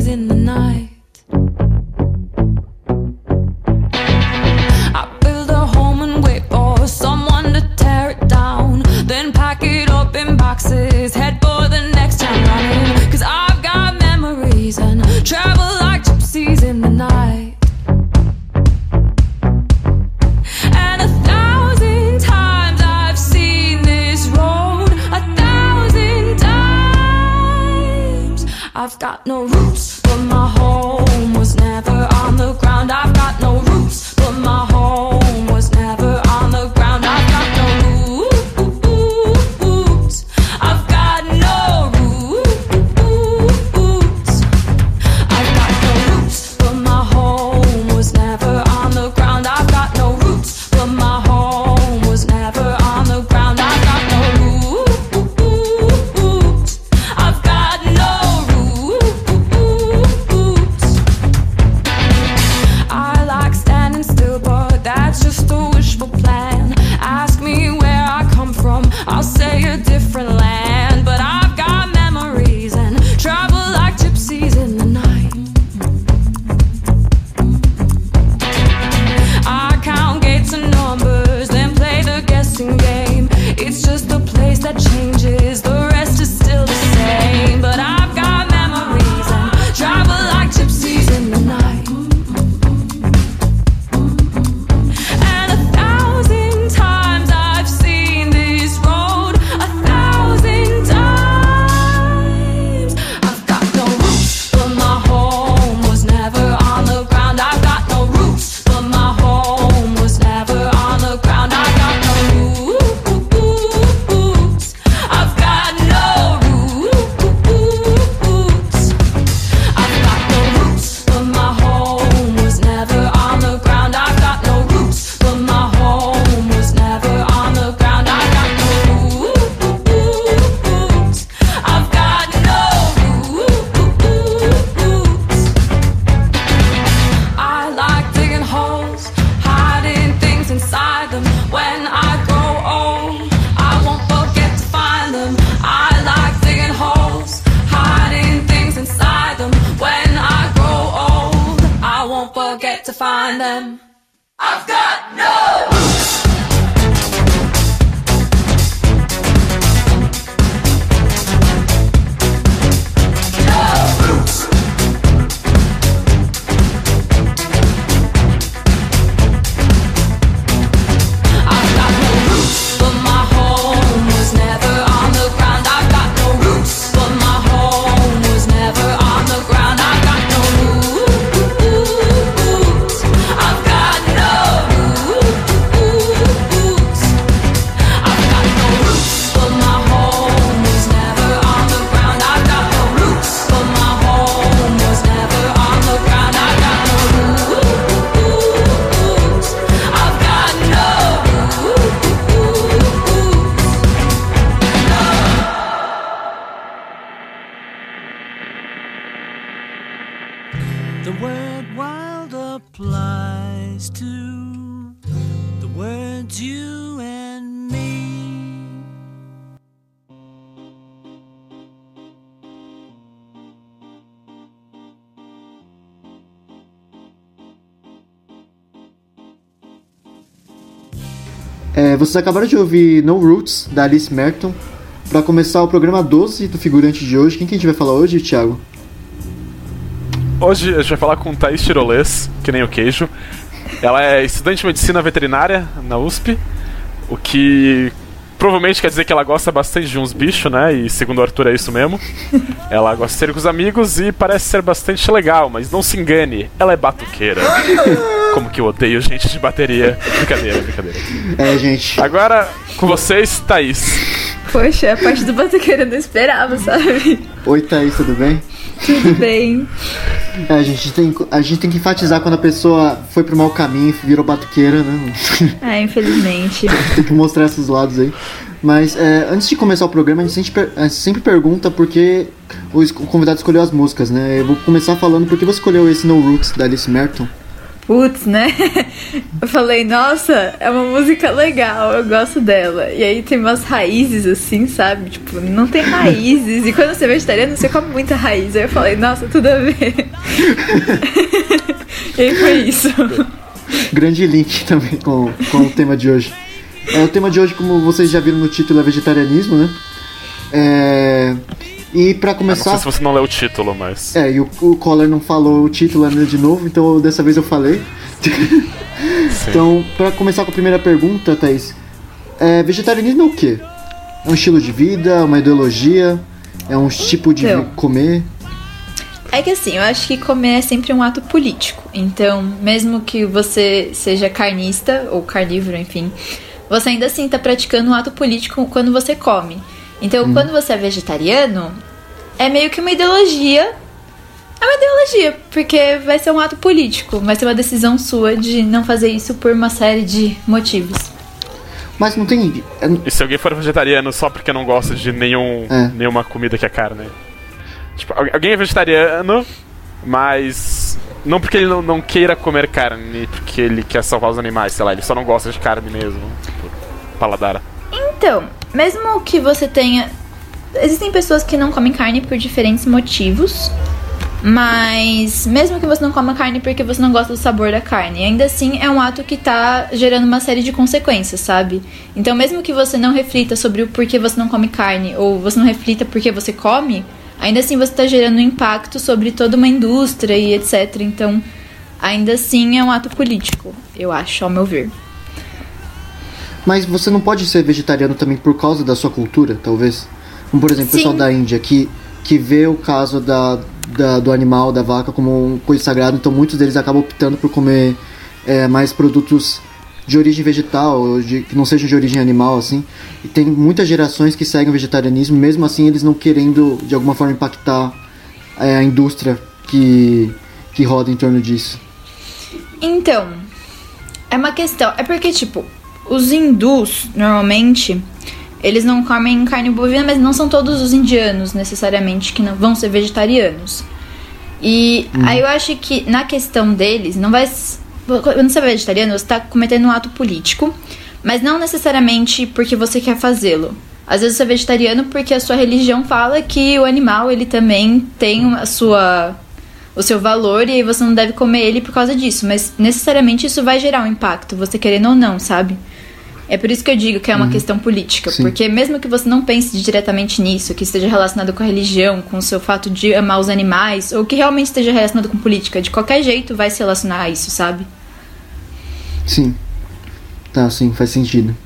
gypsies in the night. I build a home and wait for someone to tear it down, then pack it up in boxes, head for the next town running. 'Cause I've got memories and travel like gypsies in the night. And 1,000 times I've seen this road, 1,000 times. I've got no roots, but my home was never on the ground. I've got no roots, but my home was never on the ground. I've got no roots. I've got no roots. I've got no roots, but my home was never on the ground. I've got no roots, but my home was never on the ground. I've got no roots. I've got no roots. I like standing still, but that's just a wishful plan. Ask me where I come from, I'll say a different land. But I've got memories and travel like gypsies in the night. I count gates and numbers, then play the guessing game. It's just the place that changes, the rest is still the same. But I've got memories and travel like gypsies in the night. And 1,000 times I've seen this road, 1,000 times. I've got no roots, but my home was never on the ground. I've got no roots, but my home was never on the ground. I've got no roots. I've got no roots. I've got no roots, but my home was never on the ground. I've got no roots, but my home was never on the ground. I've got no roots. I've got no roots. I like digging holes, hiding things inside them. When I grow old, I won't forget to find them. I like digging holes, hiding things inside them. When I grow old, I won't forget to find them. I've got no roots. No roots. I've got no roots, but my home was never on the ground. I've got no roots, but my home was never on the ground. I've got no roots. I've got no roots. I've got no roots, but my home was never on the ground. I've got no roots, but my home was never on the ground. I've got no roots. I've got no The word wild applies to the words you and me. Vocês acabaram de ouvir No Roots, da Alice Merton. Para começar o programa 12 do figurante de hoje, quem que a gente vai falar hoje, Thiago? Hoje a gente vai falar com Thaís Tirolês, que nem o queijo. Ela é estudante de medicina veterinária na USP, o que provavelmente quer dizer que ela gosta bastante de uns bichos, né? E segundo o Arthur é isso mesmo. Ela gosta de ser com os amigos e parece ser bastante legal, mas não se engane, ela é batuqueira. Como que eu odeio gente de bateria. Brincadeira. Gente. Agora, com vocês, Thaís. Poxa, a parte do batuqueiro eu não esperava, sabe? Oi, Thaís, tudo bem? Tudo bem. A gente tem que enfatizar quando a pessoa foi pro mau caminho e virou batuqueira, né? Infelizmente. Tem que mostrar esses lados aí. Mas antes de começar o programa, a gente sempre pergunta por que o convidado escolheu as músicas, né? Eu vou começar falando por que você escolheu esse No Roots, da Alice Merton. putz, né? Eu falei, nossa, é uma música legal, eu gosto dela. E aí tem umas raízes assim, sabe? Tipo, não tem raízes. E quando você é vegetariano, você come muita raiz. Aí eu falei, nossa, tudo a ver. E aí foi isso. Grande link também com o tema de hoje. O tema de hoje, como vocês já viram no título, é vegetarianismo, né? E pra começar... Não sei se você não leu o título, mas... E o Collor não falou o título ainda de novo, então dessa vez eu falei. Então, pra começar com a primeira pergunta, Thaís, vegetarianismo é o quê? É um estilo de vida, uma ideologia, é um tipo de comer? É que assim, eu acho que comer é sempre um ato político. Então, mesmo que você seja carnista ou carnívoro, enfim, você ainda assim tá praticando um ato político quando você come. Então, quando você é vegetariano, é meio que uma ideologia. É uma ideologia, porque vai ser um ato político. Vai ser uma decisão sua de não fazer isso por uma série de motivos. Mas não tem... E se alguém for vegetariano só porque não gosta de nenhuma comida que é carne? Tipo, alguém é vegetariano, mas... Não porque ele não queira comer carne, porque ele quer salvar os animais, sei lá. Ele só não gosta de carne mesmo, por paladar. Então, mesmo que você tenha... Existem pessoas que não comem carne por diferentes motivos, mas mesmo que você não coma carne porque você não gosta do sabor da carne, ainda assim é um ato que tá gerando uma série de consequências, sabe? Então, mesmo que você não reflita sobre o porquê você não come carne, ou você não reflita porque você come, ainda assim você tá gerando um impacto sobre toda uma indústria e etc. Então, ainda assim é um ato político, eu acho, ao meu ver. Mas você não pode ser vegetariano também por causa da sua cultura, talvez? Como, por exemplo, o pessoal da Índia, que vê o caso do animal, da vaca, como uma coisa sagrada. Então, muitos deles acabam optando por comer mais produtos de origem vegetal, que não sejam de origem animal, assim. E tem muitas gerações que seguem o vegetarianismo, mesmo assim eles não querendo, de alguma forma, impactar a indústria que roda em torno disso. Então, é uma questão... É porque, tipo... Os hindus, normalmente, eles não comem carne bovina, mas não são todos os indianos, necessariamente, que não vão ser vegetarianos. E aí eu acho que, na questão deles, não vai... Quando você é vegetariano, você tá cometendo um ato político, mas não necessariamente porque você quer fazê-lo. Às vezes você é vegetariano porque a sua religião fala que o animal, ele também tem o seu valor, e aí você não deve comer ele por causa disso. Mas necessariamente isso vai gerar um impacto, você querendo ou não, sabe? É por isso que eu digo que é uma questão política. Sim. Porque mesmo que você não pense diretamente nisso, que esteja relacionado com a religião, com o seu fato de amar os animais, ou que realmente esteja relacionado com política, de qualquer jeito vai se relacionar a isso, sabe? Sim. Tá, sim, faz sentido.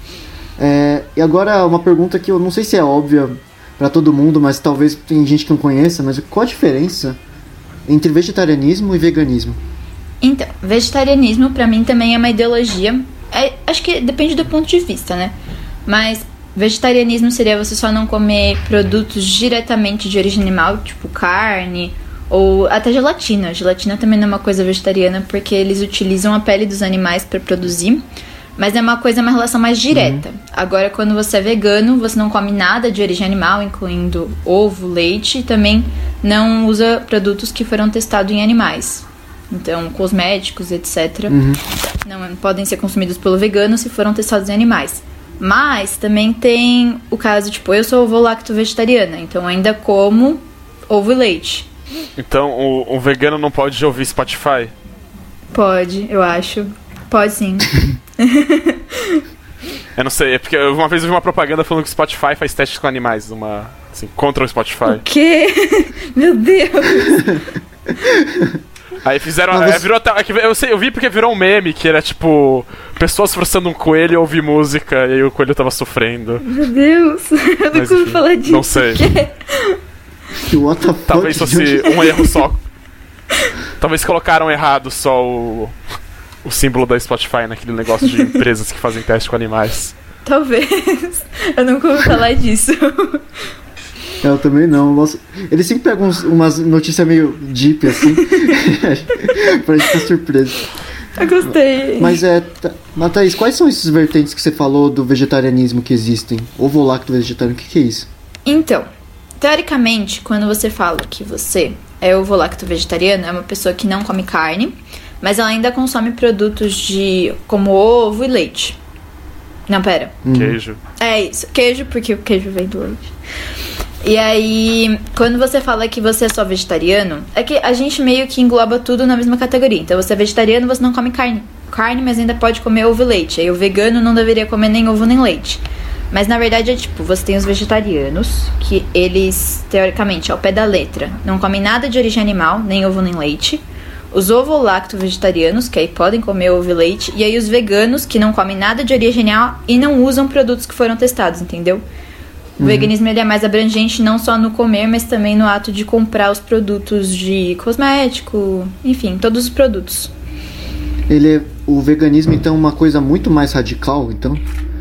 E agora uma pergunta que eu não sei se é óbvia pra todo mundo, mas talvez tem gente que não conheça, mas qual a diferença entre vegetarianismo e veganismo? Então, vegetarianismo pra mim também é uma ideologia. Acho que depende do ponto de vista, né? Mas vegetarianismo seria você só não comer produtos diretamente de origem animal, tipo carne ou até gelatina. Gelatina também não é uma coisa vegetariana porque eles utilizam a pele dos animais pra produzir, mas é uma relação mais direta. Agora, quando você é vegano, você não come nada de origem animal, incluindo ovo, leite, e também não usa produtos que foram testados em animais. Então, cosméticos, etc. Não podem ser consumidos pelo vegano se foram testados em animais. Mas também tem o caso, tipo, eu sou ovo-lacto-vegetariana, então ainda como ovo e leite. Então, o vegano não pode ouvir Spotify? Pode, eu acho. Pode sim. Eu não sei, é porque uma vez eu vi uma propaganda falando que o Spotify faz testes com animais, assim, contra o Spotify. O quê? Meu Deus! Aí fizeram. Eu vi porque virou um meme que era tipo pessoas forçando um coelho a ouvir música e aí o coelho tava sofrendo. Meu Deus, eu não consigo falar disso. Não sei. What the fuck? Talvez fosse um erro só. Talvez colocaram errado só o símbolo da Spotify naquele negócio de empresas que fazem teste com animais. Talvez. Eu nunca ouvi falar disso. Eu também não. Nossa, eles sempre pegam umas notícias meio deep, assim, pra gente ficar surpreso. Eu gostei. Mas Thaís, quais são esses vertentes que você falou do vegetarianismo que existem? Ovo-lacto vegetariano, o que é isso? Então, teoricamente, quando você fala que você é ovo-lacto vegetariano, é uma pessoa que não come carne, mas ela ainda consome produtos como ovo e leite. Não, pera. Queijo. É isso, queijo, porque o queijo vem do leite. E aí, quando você fala que você é só vegetariano, é que a gente meio que engloba tudo na mesma categoria. Então, você é vegetariano, você não come carne, mas ainda pode comer ovo e leite. Aí o vegano não deveria comer nem ovo nem leite. Mas na verdade é tipo, você tem os vegetarianos, que eles, teoricamente, ao pé da letra, não comem nada de origem animal, nem ovo nem leite. Os ovo-lacto-vegetarianos, que aí podem comer ovo e leite. E aí os veganos, que não comem nada de origem animal e não usam produtos que foram testados, entendeu? O veganismo ele é mais abrangente não só no comer, mas também no ato de comprar os produtos de cosmético, enfim, todos os produtos. O veganismo, então, é uma coisa muito mais radical, então?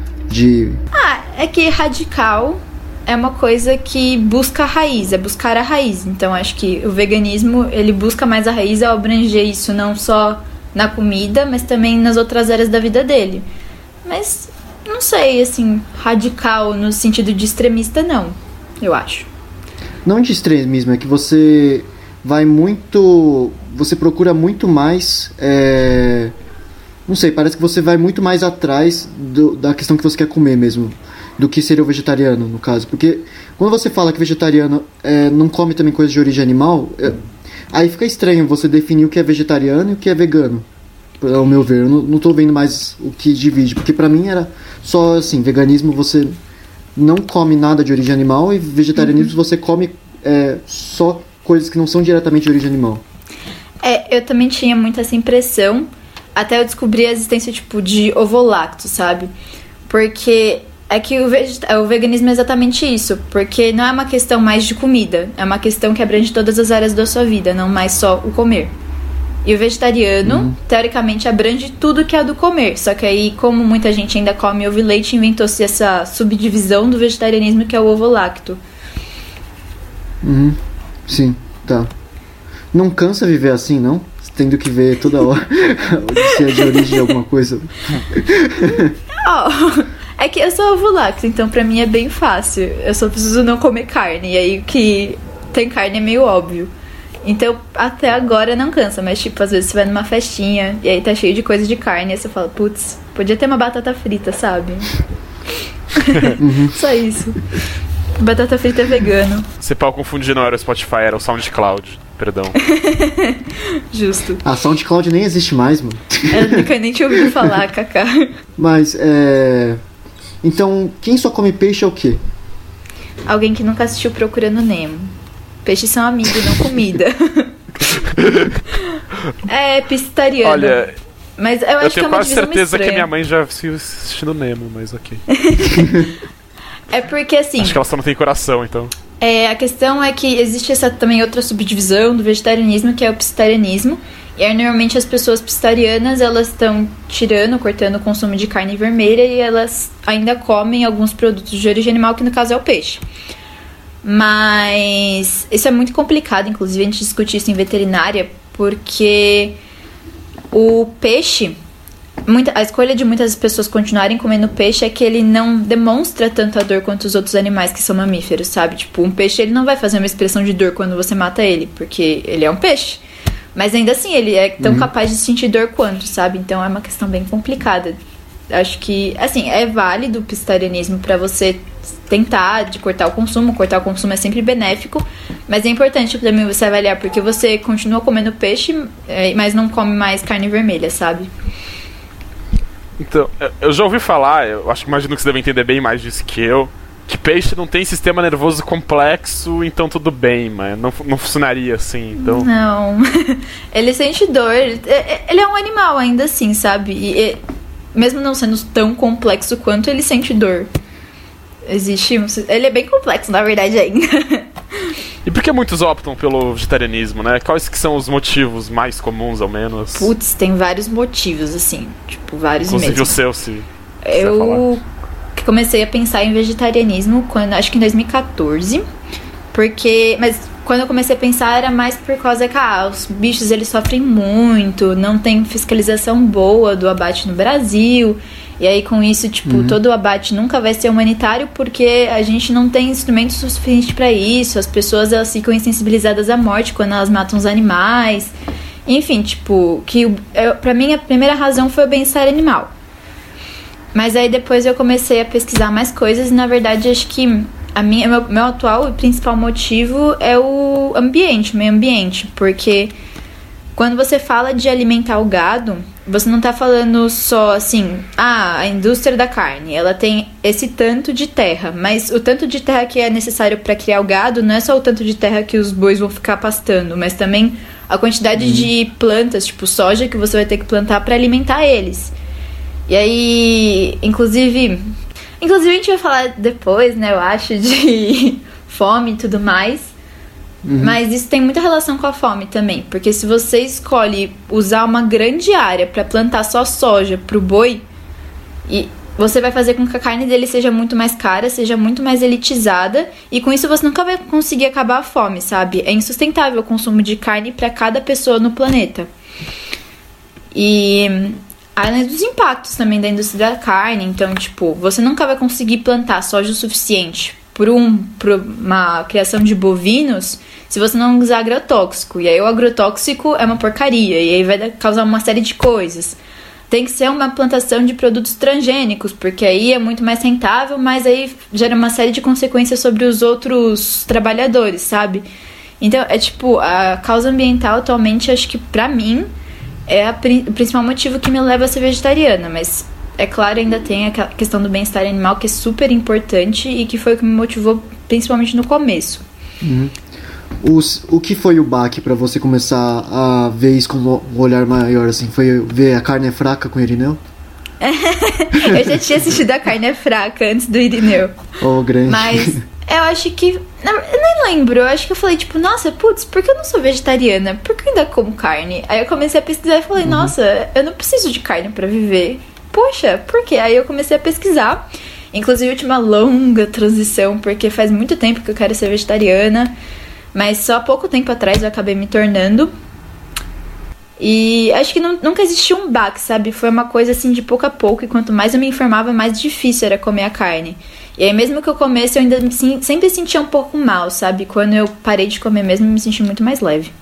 É que radical é uma coisa que busca a raiz, é buscar a raiz. Então, acho que o veganismo, ele busca mais a raiz ao abranger isso não só na comida, mas também nas outras áreas da vida dele. Mas... não sei, assim, radical no sentido de extremista, não, eu acho. Não de extremismo, é que você vai muito... você procura muito mais... não sei, parece que você vai muito mais atrás da questão que você quer comer mesmo, do que seria o vegetariano, no caso. Porque quando você fala que vegetariano não come também coisa de origem animal, aí fica estranho você definir o que é vegetariano e o que é vegano. Ao meu ver, eu não tô vendo mais o que divide, porque pra mim era só assim, veganismo você não come nada de origem animal e vegetarianismo você come só coisas que não são diretamente de origem animal. Eu também tinha muito essa impressão, até eu descobri a existência tipo de ovo-lacto, sabe? Porque é que o veganismo é exatamente isso, porque não é uma questão mais de comida, é uma questão que abrange todas as áreas da sua vida, não mais só o comer. E o vegetariano, teoricamente, abrange tudo que é do comer. Só que aí, como muita gente ainda come ovo e leite, inventou-se essa subdivisão do vegetarianismo que é o ovo-lacto. Sim, tá. Não cansa viver assim, não? Tendo que ver toda hora se é de origem de alguma coisa. É que eu sou ovo-lacto, então pra mim é bem fácil. Eu só preciso não comer carne. E aí o que tem carne é meio óbvio. Então, até agora não cansa, mas tipo, às vezes você vai numa festinha e aí tá cheio de coisa de carne e você fala, putz, podia ter uma batata frita, sabe? Só isso. Batata frita é vegano. Você pode confundir, não era o Spotify, era o SoundCloud, perdão. Justo. A SoundCloud nem existe mais, mano. Eu nunca nem tinha ouvido falar, Kaká. Mas, então, quem só come peixe é o quê? Alguém que nunca assistiu Procurando Nemo. Peixes são amigos, não comida. É pescetariano. Olha, mas eu acho que é uma quase certeza estranha. que minha mãe já assistiu assistindo Nemo, mas ok. É porque assim... acho que ela só não tem coração, então. A questão é que existe essa também outra subdivisão do vegetarianismo, que é o pescetarianismo. E aí, normalmente as pessoas pescetarianas, elas estão cortando o consumo de carne vermelha e elas ainda comem alguns produtos de origem animal, que no caso é o peixe. Mas isso é muito complicado, inclusive a gente discute isso em veterinária, porque o peixe, a escolha de muitas pessoas continuarem comendo peixe é que ele não demonstra tanta dor quanto os outros animais que são mamíferos, sabe? Tipo, um peixe ele não vai fazer uma expressão de dor quando você mata ele, porque ele é um peixe. Mas ainda assim, ele é tão capaz de sentir dor quanto, sabe? Então é uma questão bem complicada. Acho que, assim, é válido o pescetarianismo pra você tentar de cortar o consumo é sempre benéfico, mas é importante também você avaliar porque você continua comendo peixe, mas não come mais carne vermelha, sabe? Então, eu já ouvi falar, eu acho que imagino que você deve entender bem mais disso que eu, que peixe não tem sistema nervoso complexo, então tudo bem, mas não funcionaria assim, então... Não, ele sente dor, ele é um animal ainda assim, sabe? E mesmo não sendo tão complexo quanto, ele sente dor. Ele é bem complexo, na verdade, ainda. E por que muitos optam pelo vegetarianismo, né? Quais que são os motivos mais comuns, ao menos? Putz, tem vários motivos, assim. Tipo, vários inclusive mesmo. O seu, se eu comecei a pensar em vegetarianismo acho que em 2014. Mas quando eu comecei a pensar era mais por causa que os bichos eles sofrem muito, não tem fiscalização boa do abate no Brasil. E aí com isso, tipo, todo o abate nunca vai ser humanitário porque a gente não tem instrumento suficiente pra isso. As pessoas elas ficam insensibilizadas à morte quando elas matam os animais. Enfim, tipo, pra mim a primeira razão foi o bem-estar animal. Mas aí depois eu comecei a pesquisar mais coisas e na verdade acho que meu atual e principal motivo é o meio ambiente, porque quando você fala de alimentar o gado, você não tá falando só assim, a indústria da carne, ela tem esse tanto de terra, mas o tanto de terra que é necessário para criar o gado não é só o tanto de terra que os bois vão ficar pastando, mas também a quantidade de plantas, tipo soja, que você vai ter que plantar para alimentar eles. E aí, inclusive a gente vai falar depois, né, eu acho, de fome e tudo mais. Mas isso tem muita relação com a fome também, porque se você escolhe usar uma grande área para plantar só soja pro boi, e você vai fazer com que a carne dele seja muito mais cara, seja muito mais elitizada, e com isso você nunca vai conseguir acabar a fome, sabe? É insustentável o consumo de carne para cada pessoa no planeta. E além dos impactos também da indústria da carne, então, tipo, você nunca vai conseguir plantar soja o suficiente por uma criação de bovinos se você não usar agrotóxico. E aí o agrotóxico é uma porcaria, e aí vai causar uma série de coisas. Tem que ser uma plantação de produtos transgênicos, porque aí é muito mais rentável, mas aí gera uma série de consequências sobre os outros trabalhadores, sabe? Então, é tipo, a causa ambiental atualmente, acho que pra mim, é o principal motivo que me leva a ser vegetariana, mas é claro, ainda tem a questão do bem-estar animal, que é super importante e que foi o que me motivou principalmente no começo. O que foi o baque pra você começar a ver isso com um olhar maior, assim? Foi ver A Carne é Fraca com o Irineu? Eu já tinha assistido A Carne é Fraca antes do Irineu. Oh, grande. Mas eu acho que... Eu nem lembro. Eu acho que eu falei, tipo, nossa, putz, por que eu não sou vegetariana? Por que eu ainda como carne? Aí eu comecei a pesquisar e falei, nossa, eu não preciso de carne pra viver. Poxa, por quê? Aí eu comecei a pesquisar. Inclusive eu tive uma longa transição, porque faz muito tempo que eu quero ser vegetariana. Mas só há pouco tempo atrás eu acabei me tornando. E acho que nunca existiu um baque, sabe? Foi uma coisa assim de pouco a pouco. E quanto mais eu me informava, mais difícil era comer a carne. E aí mesmo que eu comesse, eu ainda sempre sentia um pouco mal, sabe? Quando eu parei de comer mesmo, eu me senti muito mais leve.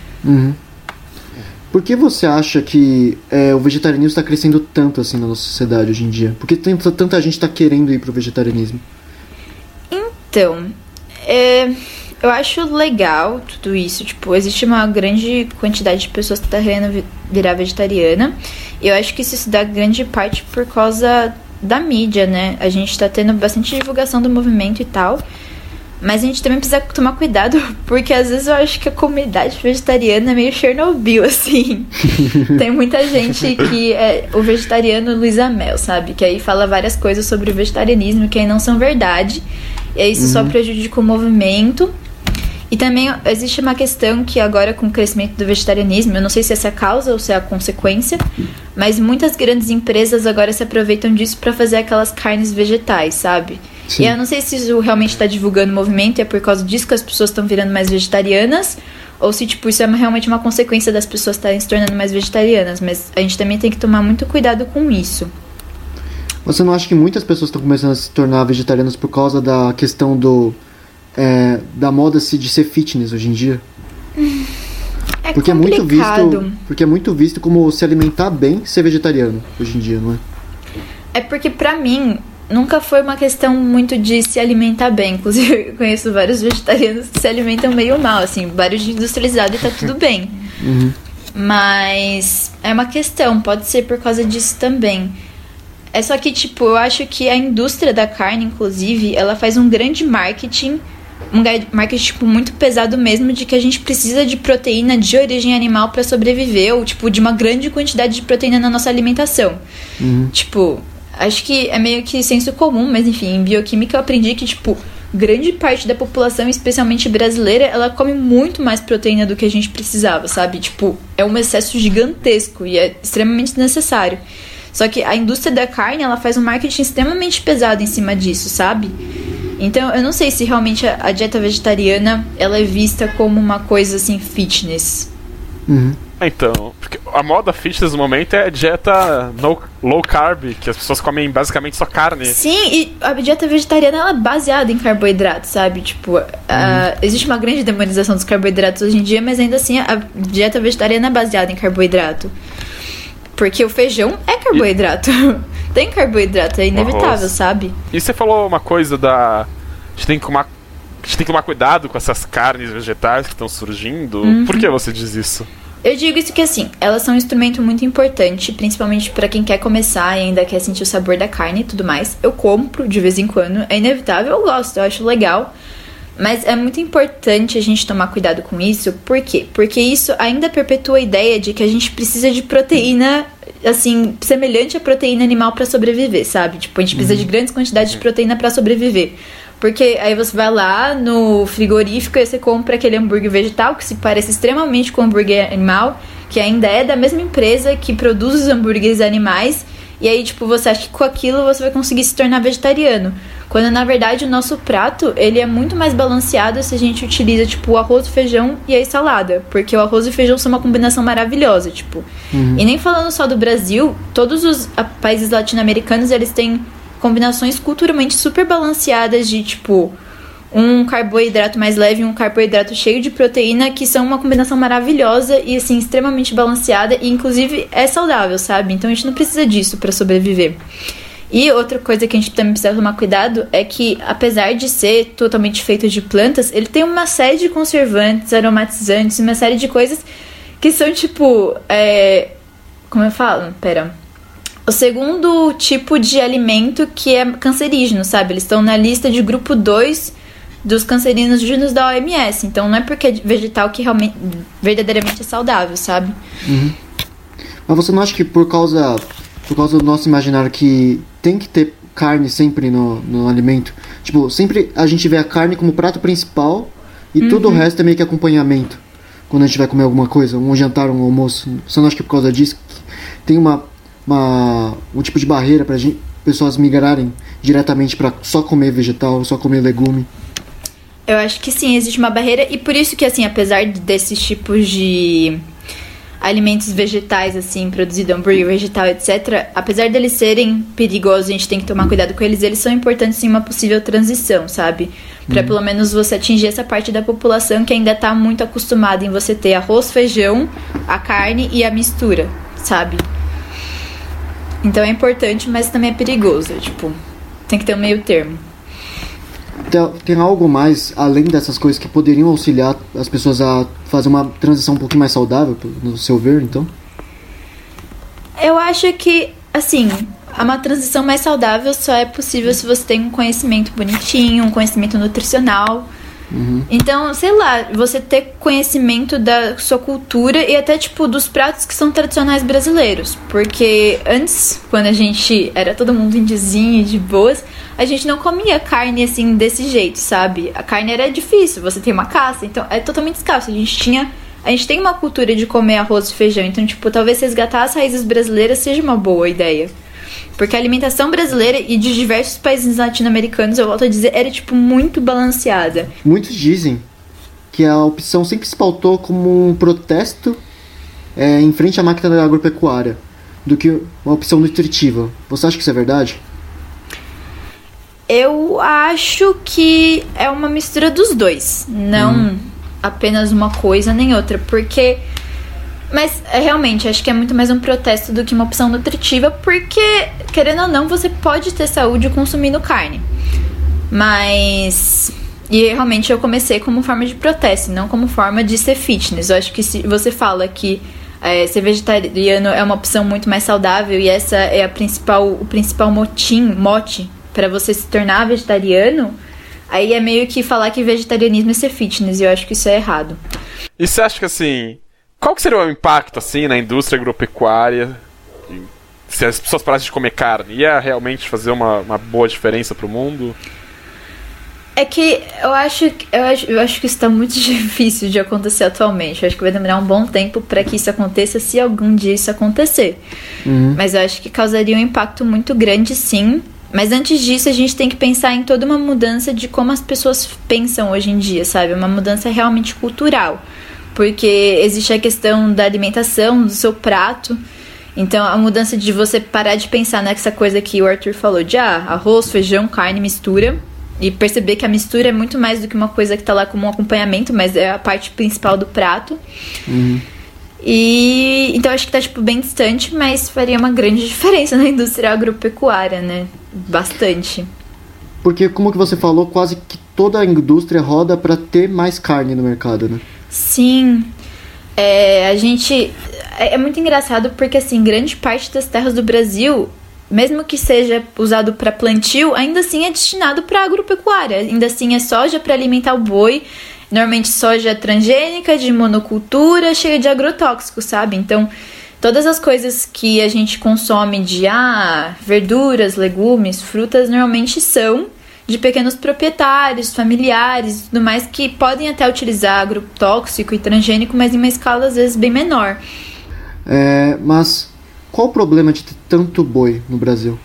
Por que você acha que o vegetarianismo está crescendo tanto assim na nossa sociedade hoje em dia? Por que tanta gente está querendo ir pro vegetarianismo? Então, eu acho legal tudo isso. Tipo, existe uma grande quantidade de pessoas que estão querendo virar vegetariana. E eu acho que isso se dá grande parte por causa da mídia, né? A gente tá tendo bastante divulgação do movimento e tal. Mas a gente também precisa tomar cuidado, porque às vezes eu acho que a comunidade vegetariana é meio Chernobyl, assim. Tem muita gente que é o vegetariano Luiz Amel, sabe? Que aí fala várias coisas sobre o vegetarianismo que aí não são verdade. E aí isso só prejudica o movimento. E também existe uma questão que agora com o crescimento do vegetarianismo, eu não sei se essa é a causa ou se é a consequência, mas muitas grandes empresas agora se aproveitam disso pra fazer aquelas carnes vegetais, sabe? Sim. E eu não sei se isso realmente está divulgando o movimento e é por causa disso que as pessoas estão virando mais vegetarianas, ou se tipo, isso é realmente uma consequência das pessoas estarem se tornando mais vegetarianas, mas a gente também tem que tomar muito cuidado com isso. Você não acha que muitas pessoas estão começando a se tornar vegetarianas por causa da questão da moda de ser fitness hoje em dia? Porque complicado. Porque é muito visto como se alimentar bem ser vegetariano hoje em dia, não é? É porque pra mim nunca foi uma questão muito de se alimentar bem. Inclusive eu conheço vários vegetarianos que se alimentam meio mal, assim, vários de industrializado e tá tudo bem. Mas é uma questão, pode ser por causa disso também. É só que, tipo, eu acho que a indústria da carne, inclusive, ela faz um grande marketing, tipo, muito pesado mesmo, de que a gente precisa de proteína de origem animal pra sobreviver, ou, tipo, de uma grande quantidade de proteína na nossa alimentação. Tipo, acho que é meio que senso comum, mas enfim, em bioquímica eu aprendi que, tipo, grande parte da população, especialmente brasileira, ela come muito mais proteína do que a gente precisava, sabe? Tipo, é um excesso gigantesco e é extremamente desnecessário. Só que a indústria da carne, ela faz um marketing extremamente pesado em cima disso, sabe? Então, eu não sei se realmente a dieta vegetariana, ela é vista como uma coisa, assim, fitness. Então, porque a moda fitness no momento é dieta low carb, que as pessoas comem basicamente só carne. Sim, e a dieta vegetariana ela é baseada em carboidratos, sabe? Tipo, existe uma grande demonização dos carboidratos hoje em dia, mas ainda assim a dieta vegetariana é baseada em carboidrato. Porque o feijão é carboidrato. Tem carboidrato, é inevitável, sabe? E você falou uma coisa da... A gente tem que tomar cuidado com essas carnes vegetais que estão surgindo. Por que você diz isso? Eu digo isso que assim, elas são um instrumento muito importante, principalmente pra quem quer começar e ainda quer sentir o sabor da carne e tudo mais. Eu compro de vez em quando, é inevitável, eu gosto, eu acho legal. Mas é muito importante a gente tomar cuidado com isso. Por quê? Porque isso ainda perpetua a ideia de que a gente precisa de proteína, assim, semelhante à proteína animal pra sobreviver, sabe? Tipo, a gente precisa de grandes quantidades de proteína pra sobreviver. Porque aí você vai lá no frigorífico e você compra aquele hambúrguer vegetal que se parece extremamente com o hambúrguer animal, que ainda é da mesma empresa que produz os hambúrgueres animais. E aí, tipo, você acha que com aquilo você vai conseguir se tornar vegetariano. Quando, na verdade, o nosso prato, ele é muito mais balanceado se a gente utiliza, tipo, o arroz, o feijão e a salada. Porque o arroz e o feijão são uma combinação maravilhosa, tipo. E nem falando só do Brasil, todos os países latino-americanos, eles têm combinações culturalmente super balanceadas de, tipo, um carboidrato mais leve e um carboidrato cheio de proteína, que são uma combinação maravilhosa e, assim, extremamente balanceada e, inclusive, é saudável, sabe? Então, a gente não precisa disso pra sobreviver. E outra coisa que a gente também precisa tomar cuidado é que, apesar de ser totalmente feito de plantas, ele tem uma série de conservantes, aromatizantes, uma série de coisas que são, tipo, como eu falo? O segundo tipo de alimento que é cancerígeno, sabe? Eles estão na lista de grupo 2 dos cancerígenos da OMS. Então não é porque é vegetal que realmente, verdadeiramente é saudável, sabe? Mas você não acha que por causa do nosso imaginário que tem que ter carne sempre no alimento? Tipo, sempre a gente vê a carne como prato principal e todo o resto é meio que acompanhamento. Quando a gente vai comer alguma coisa, um jantar, um almoço. Você não acha que por causa disso tem um tipo de barreira para pessoas migrarem diretamente para só comer vegetal, só comer legume? Eu acho que sim, existe uma barreira. E por isso que, assim, apesar desses tipos de alimentos vegetais, assim, produzido hambúrguer vegetal, etc., apesar deles serem perigosos, a gente tem que tomar cuidado com eles, eles são importantes em uma possível transição, sabe? Pra pelo menos você atingir essa parte da população que ainda tá muito acostumada em você ter arroz, feijão, a carne e a mistura, sabe? Então é importante, mas também é perigoso. Tipo, tem que ter um meio termo. Tem algo mais, além dessas coisas, que poderiam auxiliar as pessoas a fazer uma transição um pouquinho mais saudável, no seu ver, então? Eu acho que, assim, uma transição mais saudável só é possível se você tem um conhecimento bonitinho, um conhecimento nutricional. Então, sei lá, você ter conhecimento da sua cultura e até, tipo, dos pratos que são tradicionais brasileiros. Porque antes, quando a gente era todo mundo indiozinho e de boas, a gente não comia carne, assim, desse jeito, sabe? A carne era difícil, você tem uma caça, então é totalmente escasso. A gente tem uma cultura de comer arroz e feijão, então, tipo, talvez resgatar as raízes brasileiras seja uma boa ideia. Porque a alimentação brasileira e de diversos países latino-americanos, eu volto a dizer, era, tipo, muito balanceada. Muitos dizem que a opção sempre se pautou como um protesto em frente à máquina agropecuária do que uma opção nutritiva. Você acha que isso é verdade? Eu acho que é uma mistura dos dois. Não apenas uma coisa nem outra. Porque... Mas, realmente, acho que é muito mais um protesto do que uma opção nutritiva, porque, querendo ou não, você pode ter saúde consumindo carne. Mas... E, realmente, eu comecei como forma de protesto, não como forma de ser fitness. Eu acho que se você fala que ser vegetariano é uma opção muito mais saudável e essa é o principal mote pra você se tornar vegetariano, aí é meio que falar que vegetarianismo é ser fitness, e eu acho que isso é errado. E você acha que, assim... Qual que seria o impacto, assim, na indústria agropecuária se as pessoas parassem de comer carne? Ia realmente fazer uma boa diferença pro mundo? É que eu acho que isso tá muito difícil de acontecer atualmente. Eu acho que vai demorar um bom tempo para que isso aconteça, se algum dia isso acontecer. Mas eu acho que causaria um impacto muito grande, sim. Mas antes disso, a gente tem que pensar em toda uma mudança de como as pessoas pensam hoje em dia, sabe? Uma mudança realmente cultural. porque existe a questão da alimentação, do seu prato. Então, a mudança de você parar de pensar nessa coisa que o Arthur falou, de arroz, feijão, carne, mistura, e perceber que a mistura é muito mais do que uma coisa que tá lá como um acompanhamento, mas é a parte principal do prato. E então acho que tá tipo bem distante, mas faria uma grande diferença na indústria agropecuária, né? Bastante. Porque, como que você falou, quase que toda a indústria roda para ter mais carne no mercado, né? Sim. A gente... É muito engraçado porque, assim, grande parte das terras do Brasil, mesmo que seja usado para plantio, ainda assim é destinado para agropecuária. Ainda assim é soja para alimentar o boi. Normalmente soja transgênica, de monocultura, cheia de agrotóxicos, sabe? Então, todas as coisas que a gente consome de verduras, legumes, frutas, normalmente são de pequenos proprietários, familiares e tudo mais, que podem até utilizar agrotóxico e transgênico, mas em uma escala às vezes bem menor. Mas qual o problema de ter tanto boi no Brasil?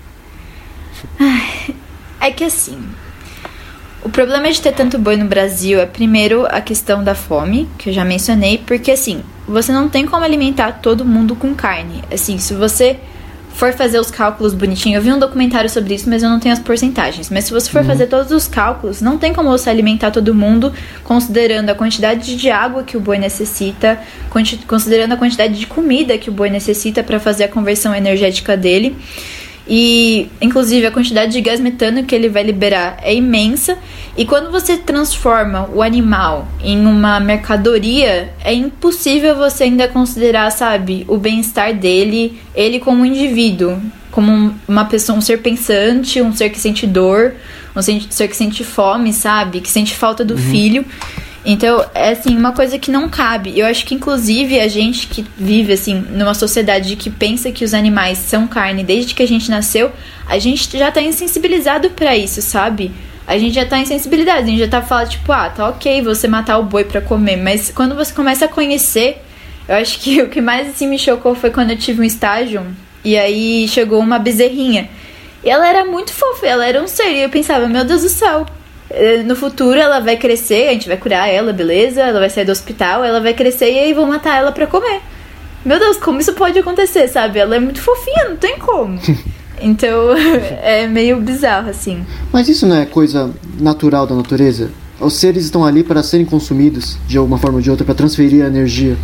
É que assim, o problema de ter tanto boi no Brasil é primeiro a questão da fome, que eu já mencionei, porque assim, você não tem como alimentar todo mundo com carne. Assim, se você for fazer os cálculos bonitinho, eu vi um documentário sobre isso, mas eu não tenho as porcentagens, mas se você for fazer todos os cálculos, não tem como você alimentar todo mundo, considerando a quantidade de água que o boi necessita, considerando a quantidade de comida que o boi necessita para fazer a conversão energética dele. E, inclusive, a quantidade de gás metano que ele vai liberar é imensa. E quando você transforma o animal em uma mercadoria, é impossível você ainda considerar, sabe, o bem-estar dele, ele como um indivíduo, como uma pessoa, um ser pensante, um ser que sente dor, um ser que sente fome, sabe, que sente falta do filho. Então, é assim, uma coisa que não cabe. Eu acho que, inclusive, a gente que vive, assim, numa sociedade que pensa que os animais são carne desde que a gente nasceu, a gente já tá insensibilizado pra isso, sabe? A gente já tá insensibilizado, a gente já tá falando, tipo, tá ok você matar o boi pra comer, mas quando você começa a conhecer, eu acho que o que mais, assim, me chocou foi quando eu tive um estágio, e aí chegou uma bezerrinha, e ela era muito fofa, ela era um ser, e eu pensava, meu Deus do céu, no futuro ela vai crescer, a gente vai curar ela, beleza, ela vai sair do hospital, ela vai crescer e aí vão matar ela pra comer. Meu Deus, como isso pode acontecer, sabe? Ela é muito fofinha, não tem como. Então, é meio bizarro, assim. Mas isso não é coisa natural da natureza? Os seres estão ali para serem consumidos, de alguma forma ou de outra, para transferir a energia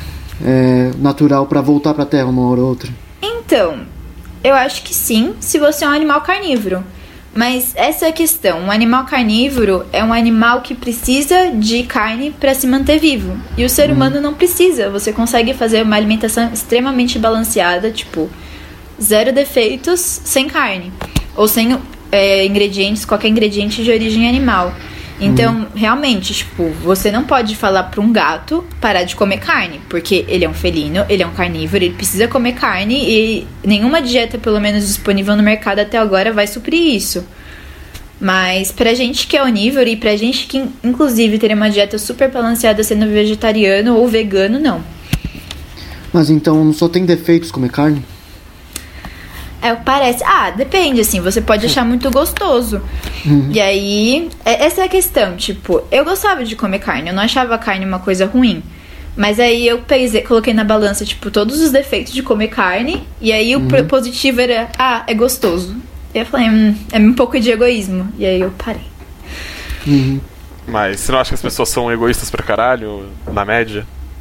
natural para voltar pra Terra uma hora ou outra? Então, eu acho que sim, se você é um animal carnívoro. Mas essa é a questão. Um animal carnívoro é um animal que precisa de carne para se manter vivo. E o ser humano não precisa. Você consegue fazer uma alimentação extremamente balanceada, tipo, 0 defeitos, sem carne. Ou sem ingredientes, qualquer ingrediente de origem animal. Então, realmente, tipo, você não pode falar para um gato parar de comer carne, porque ele é um felino, ele é um carnívoro, ele precisa comer carne e nenhuma dieta, pelo menos disponível no mercado até agora, vai suprir isso. Mas pra gente que é onívoro e pra gente que, inclusive, teria uma dieta super balanceada sendo vegetariano ou vegano, não. Mas então só tem defeitos comer carne? Parece. Depende, assim, você pode achar muito gostoso. E aí, essa é a questão, tipo, eu gostava de comer carne, eu não achava a carne uma coisa ruim. Mas aí eu coloquei na balança, tipo, todos os defeitos de comer carne, e aí o positivo era, é gostoso. E eu falei, é um pouco de egoísmo. E aí eu parei. Mas você não acha que as pessoas são egoístas pra caralho, na média?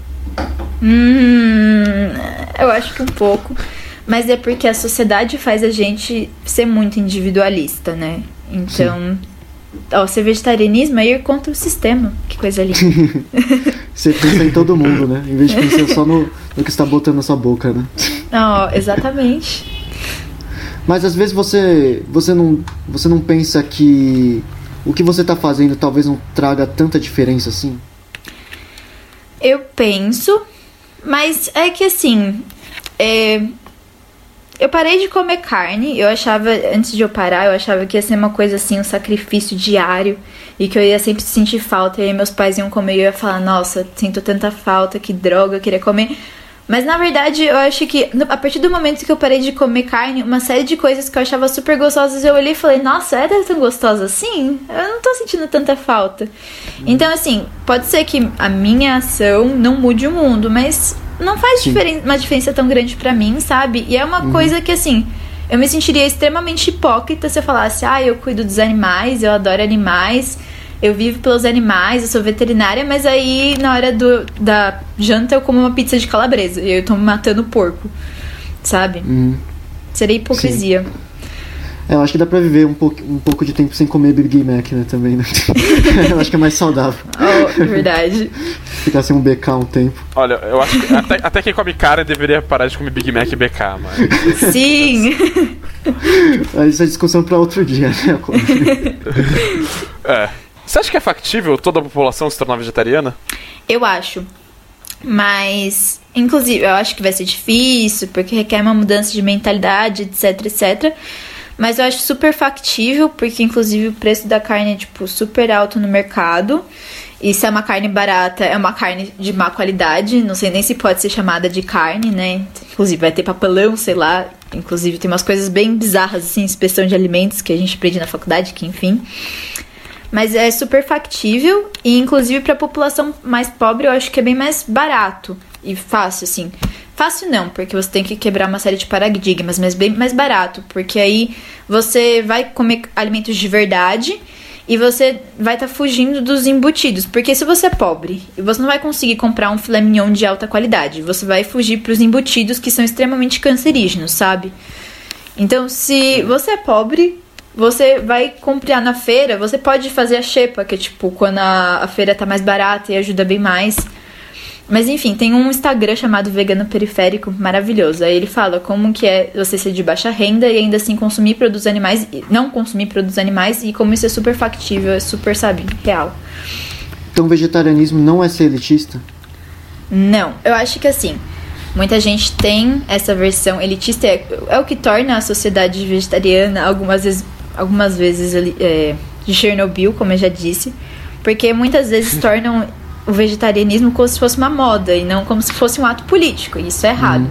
Eu acho que um pouco. Mas é porque a sociedade faz a gente ser muito individualista, né? Então, ser vegetarianismo é ir contra o sistema. Que coisa linda. Você pensa em todo mundo, né? Em vez de pensar só no que está botando na sua boca, né? Exatamente. Mas às vezes você não pensa que o que você está fazendo talvez não traga tanta diferença assim? Eu penso, mas é que assim... Eu parei de comer carne, antes de eu parar, eu achava que ia ser uma coisa assim, um sacrifício diário, e que eu ia sempre sentir falta, e aí meus pais iam comer e eu ia falar, nossa, sinto tanta falta, que droga, eu queria comer. Mas na verdade eu acho que a partir do momento que eu parei de comer carne, uma série de coisas que eu achava super gostosas, eu olhei e falei, nossa, era tão gostosa assim? Eu não tô sentindo tanta falta. Então assim, pode ser que a minha ação não mude o mundo, mas não faz uma diferença tão grande pra mim, sabe? E é uma coisa que assim, eu me sentiria extremamente hipócrita se eu falasse, eu cuido dos animais, eu adoro animais, eu vivo pelos animais, eu sou veterinária, mas aí na hora da janta eu como uma pizza de calabresa e eu tô matando porco, sabe? Seria hipocrisia. Sim. Eu acho que dá pra viver um pouco de tempo sem comer Big Mac, né, também, né? Eu acho que é mais saudável. Verdade. Ficar sem um BK um tempo. Olha, eu acho que até quem come carne deveria parar de comer Big Mac e BK, mas... Sim! Essa é discussão pra outro dia, né? Você acha que é factível toda a população se tornar vegetariana? Eu acho. Mas, inclusive, eu acho que vai ser difícil, porque requer uma mudança de mentalidade, etc, etc. Mas eu acho super factível, porque, inclusive, o preço da carne é, tipo, super alto no mercado. E se é uma carne barata, é uma carne de má qualidade. Não sei nem se pode ser chamada de carne, né? Inclusive, vai ter papelão, sei lá. Inclusive, tem umas coisas bem bizarras, assim, inspeção de alimentos, que a gente aprende na faculdade, que, enfim... Mas é super factível e, inclusive, para a população mais pobre, eu acho que é bem mais barato e fácil, assim. Fácil não, porque você tem que quebrar uma série de paradigmas, mas bem mais barato, porque aí você vai comer alimentos de verdade e você vai estar fugindo dos embutidos. Porque se você é pobre e você não vai conseguir comprar um filé mignon de alta qualidade, você vai fugir para os embutidos que são extremamente cancerígenos, sabe? Então, se você é pobre... Você vai comprar na feira, você pode fazer a xepa, que é tipo quando a feira tá mais barata e ajuda bem mais. Mas enfim, tem um Instagram chamado Vegano Periférico, maravilhoso. Aí ele fala como que é você ser de baixa renda e ainda assim consumir produtos animais, não consumir produtos animais, e como isso é super factível, é super, sabe, real. Então o vegetarianismo não é ser elitista? Não, eu acho que assim... Muita gente tem essa versão elitista, é o que torna a sociedade vegetariana algumas vezes de Chernobyl, como eu já disse, porque muitas vezes tornam o vegetarianismo como se fosse uma moda e não como se fosse um ato político, e isso é errado.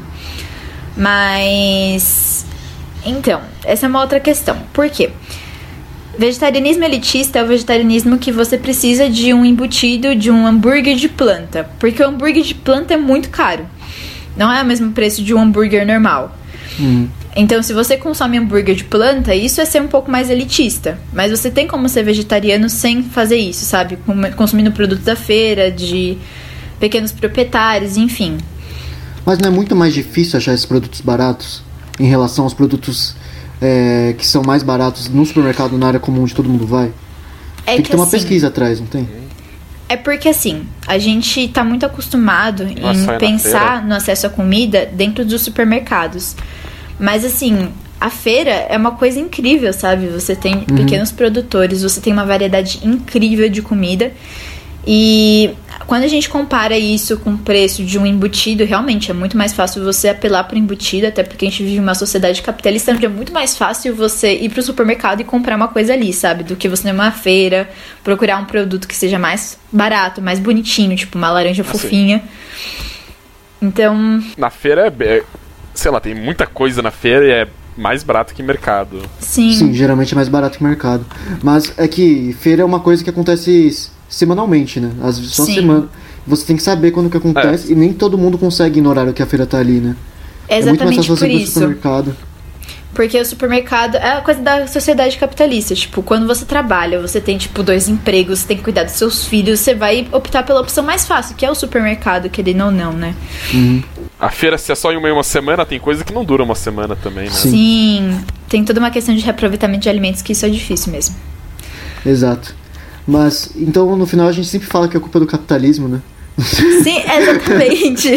Mas, então, essa é uma outra questão. Por quê? Vegetarianismo elitista é o vegetarianismo que você precisa de um embutido, de um hambúrguer de planta, porque o hambúrguer de planta é muito caro. Não é o mesmo preço de um hambúrguer normal. Então, se você consome hambúrguer de planta, isso é ser um pouco mais elitista. Mas você tem como ser vegetariano sem fazer isso, sabe? Consumindo produtos da feira, de pequenos proprietários, enfim. Mas não é muito mais difícil achar esses produtos baratos em relação aos produtos que são mais baratos no supermercado, na área comum onde todo mundo vai? Tem que ter uma pesquisa atrás, não tem? É porque, assim, a gente tá muito acostumado em pensar no acesso à comida dentro dos supermercados. Mas, assim, a feira é uma coisa incrível, sabe? Você tem pequenos produtores, você tem uma variedade incrível de comida. E quando a gente compara isso com o preço de um embutido, realmente é muito mais fácil você apelar para o embutido, até porque a gente vive uma sociedade capitalista onde é muito mais fácil você ir para o supermercado e comprar uma coisa ali, sabe? Do que você ir numa feira, procurar um produto que seja mais barato, mais bonitinho, tipo uma laranja fofinha. Então... Na feira sei lá, tem muita coisa na feira e é mais barato que mercado. Sim, geralmente é mais barato que mercado. Mas é que feira é uma coisa que acontece semanalmente, né? Às vezes só semana. Você tem que saber quando que acontece e nem todo mundo consegue ir no horário que a feira tá ali, né? É exatamente por isso. Supermercado. Porque o supermercado é a coisa da sociedade capitalista. Tipo, quando você trabalha, você tem, tipo, 2 empregos, você tem que cuidar dos seus filhos, você vai optar pela opção mais fácil, que é o supermercado, querendo ou não, né? A feira, se é só em uma semana, tem coisa que não dura uma semana também, né? Sim, tem toda uma questão de reaproveitamento de alimentos, que isso é difícil mesmo. Exato. Mas, então, no final a gente sempre fala que é culpa do capitalismo, né? Sim, exatamente.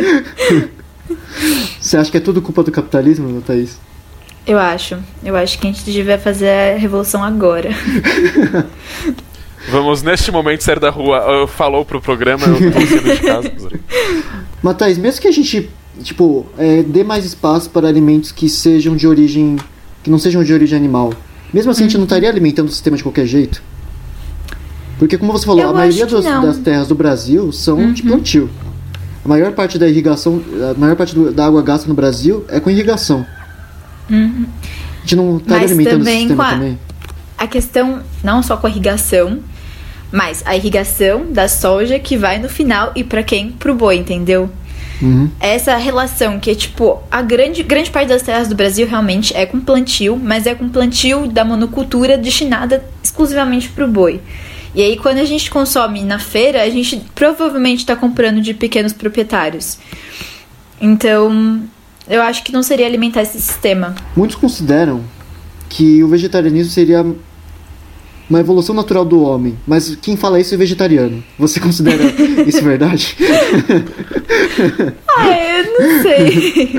Você acha que é tudo culpa do capitalismo, Thaís? Eu acho que a gente devia fazer a revolução agora. Vamos, neste momento, sair da rua. Falou pro programa, eu tô saindo de casa. Mas, Thaís, mesmo que a gente, dê mais espaço para alimentos que sejam de origem... que não sejam de origem animal, mesmo assim a gente não estaria alimentando o sistema de qualquer jeito? Porque, como você falou, a maioria das terras do Brasil são de plantio. a maior parte da irrigação, a maior parte da água gasta no Brasil é com irrigação. A gente não está alimentando o sistema também. A questão, não só com a irrigação, mas a irrigação da soja que vai no final e pra quem? Pro boi, entendeu? Essa relação que é tipo, a grande parte das terras do Brasil realmente é com plantio, mas é com plantio da monocultura destinada exclusivamente pro boi. E aí quando a gente consome na feira, a gente provavelmente tá comprando de pequenos proprietários. Então, eu acho que não seria alimentar esse sistema. Muitos consideram que o vegetarianismo seria uma evolução natural do homem, mas quem fala isso é vegetariano. Você considera isso verdade? Eu não sei.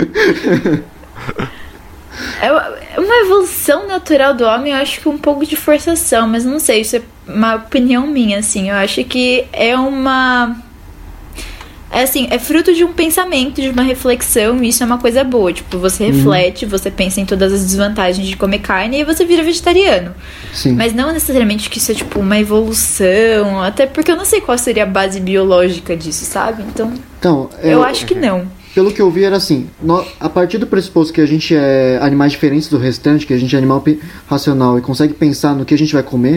É uma evolução natural do homem, eu acho que um pouco de forçação, mas não sei, isso é uma opinião minha, assim. Eu acho que é uma... é fruto de um pensamento, de uma reflexão, e isso é uma coisa boa. Tipo, você reflete, você pensa em todas as desvantagens de comer carne e você vira vegetariano. Sim. Mas não necessariamente que isso é, tipo, uma evolução, até porque eu não sei qual seria a base biológica disso, sabe? Então eu acho que não. Pelo que eu vi era assim, a partir do pressuposto que a gente é animais diferentes do restante, que a gente é animal racional e consegue pensar no que a gente vai comer,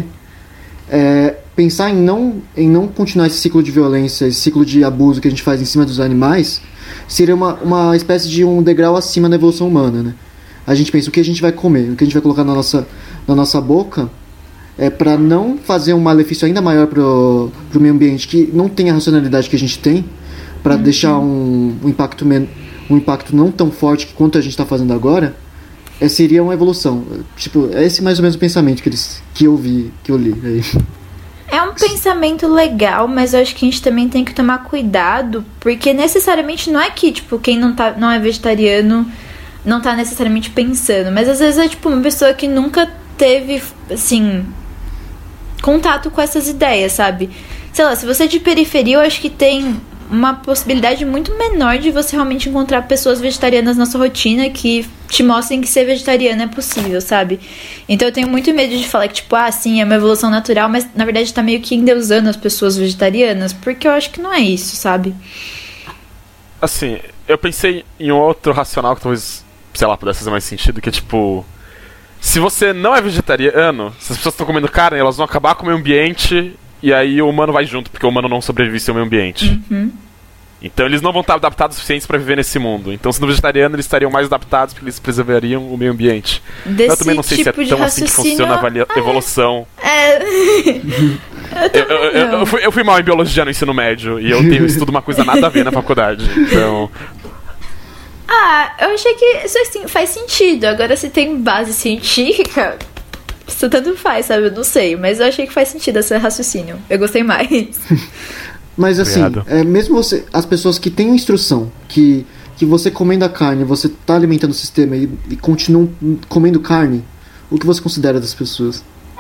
pensar em não continuar esse ciclo de violência, esse ciclo de abuso que a gente faz em cima dos animais, seria uma espécie de um degrau acima da evolução humana, né? A gente pensa o que a gente vai comer, o que a gente vai colocar na nossa boca, para não fazer um malefício ainda maior pro meio ambiente, que não tem a racionalidade que a gente tem, para deixar um impacto não tão forte quanto a gente está fazendo agora, seria uma evolução. Tipo, é esse mais ou menos o pensamento que eu vi, que eu li aí. É um pensamento legal, mas eu acho que a gente também tem que tomar cuidado, porque necessariamente não é que, tipo, quem não é vegetariano não tá necessariamente pensando, mas às vezes é, tipo, uma pessoa que nunca teve, assim, contato com essas ideias, sabe? Sei lá, se você é de periferia, eu acho que tem uma possibilidade muito menor de você realmente encontrar pessoas vegetarianas na sua rotina que te mostrem que ser vegetariano é possível, sabe? Então eu tenho muito medo de falar que, tipo, sim, é uma evolução natural, mas na verdade tá meio que endeusando as pessoas vegetarianas, porque eu acho que não é isso, sabe? Assim, eu pensei em um outro racional que talvez, sei lá, pudesse fazer mais sentido, que é tipo... Se você não é vegetariano, se as pessoas estão comendo carne, elas vão acabar com o meio ambiente... E aí o humano vai junto, porque o humano não sobrevive sem o meio ambiente. Então eles não vão estar adaptados o suficientes para viver nesse mundo. Então, sendo vegetariano, eles estariam mais adaptados porque eles preservariam o meio ambiente. Eu também não sei se é tão assim que funciona a evolução. Eu fui mal em biologia no ensino médio e eu estudo uma coisa nada a ver na faculdade. Então... eu achei que isso assim, faz sentido. Agora, se tem base científica... Isso tanto faz, sabe? Eu não sei, mas eu achei que faz sentido esse raciocínio. Eu gostei mais. Mas assim, mesmo as pessoas que têm instrução, que você comendo a carne, você tá alimentando o sistema e continuam comendo carne, o que você considera das pessoas?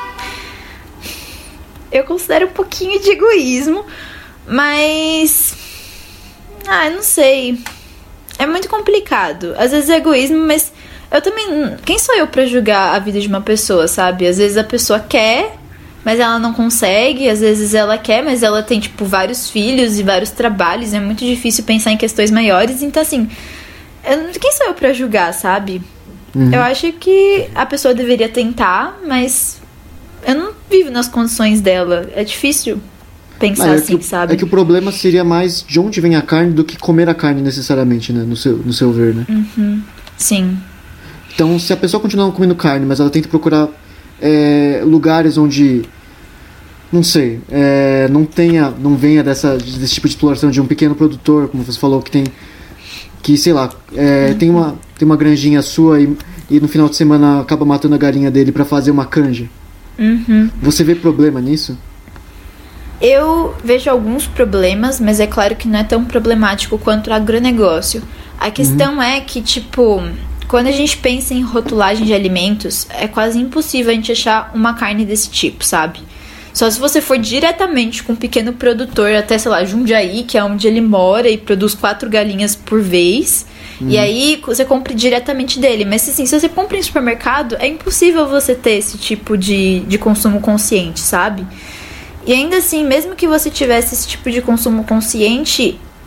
Eu considero um pouquinho de egoísmo, mas... eu não sei. É muito complicado. Às vezes é egoísmo, mas... Eu também... Quem sou eu pra julgar a vida de uma pessoa, sabe? Às vezes a pessoa quer, mas ela não consegue. Às vezes ela quer, mas ela tem, tipo, vários filhos e vários trabalhos. É muito difícil pensar em questões maiores. Então, assim... Quem sou eu pra julgar, sabe? Eu acho que a pessoa deveria tentar, mas... Eu não vivo nas condições dela. É difícil pensar assim, sabe? É que o problema seria mais de onde vem a carne do que comer a carne necessariamente, né? No seu ver, né? Sim. Então, se a pessoa continuar comendo carne, mas ela tenta procurar lugares onde, não sei, não venha desse tipo de exploração de um pequeno produtor, como você falou, que sei lá, tem uma granjinha sua e no final de semana acaba matando a galinha dele pra fazer uma canja. Você vê problema nisso? Eu vejo alguns problemas, mas é claro que não é tão problemático quanto o agronegócio. A questão é que, tipo... Quando a gente pensa em rotulagem de alimentos, é quase impossível a gente achar uma carne desse tipo, sabe? Só se você for diretamente com um pequeno produtor até, sei lá, Jundiaí, que é onde ele mora e produz 4 galinhas por vez. E aí você compra diretamente dele. Mas assim, se você compra em supermercado, é impossível você ter esse tipo de consumo consciente, sabe? E ainda assim, mesmo que você tivesse esse tipo de consumo consciente...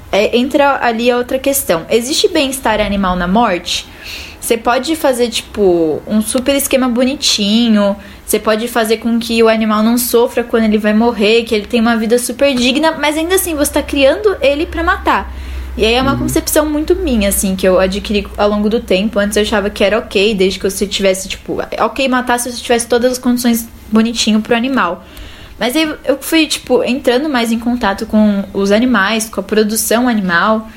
entra ali a outra questão. Existe bem-estar animal na morte? Você pode fazer, tipo, um super esquema bonitinho. Você pode fazer com que o animal não sofra quando ele vai morrer, que ele tenha uma vida super digna, mas ainda assim você tá criando ele pra matar. E aí é uma concepção muito minha, assim, que eu adquiri ao longo do tempo. Antes eu achava que era ok, desde que você tivesse, tipo, ok matar se você tivesse todas as condições bonitinho pro animal. Mas aí eu fui, tipo, entrando mais em contato com os animais, com a produção animal.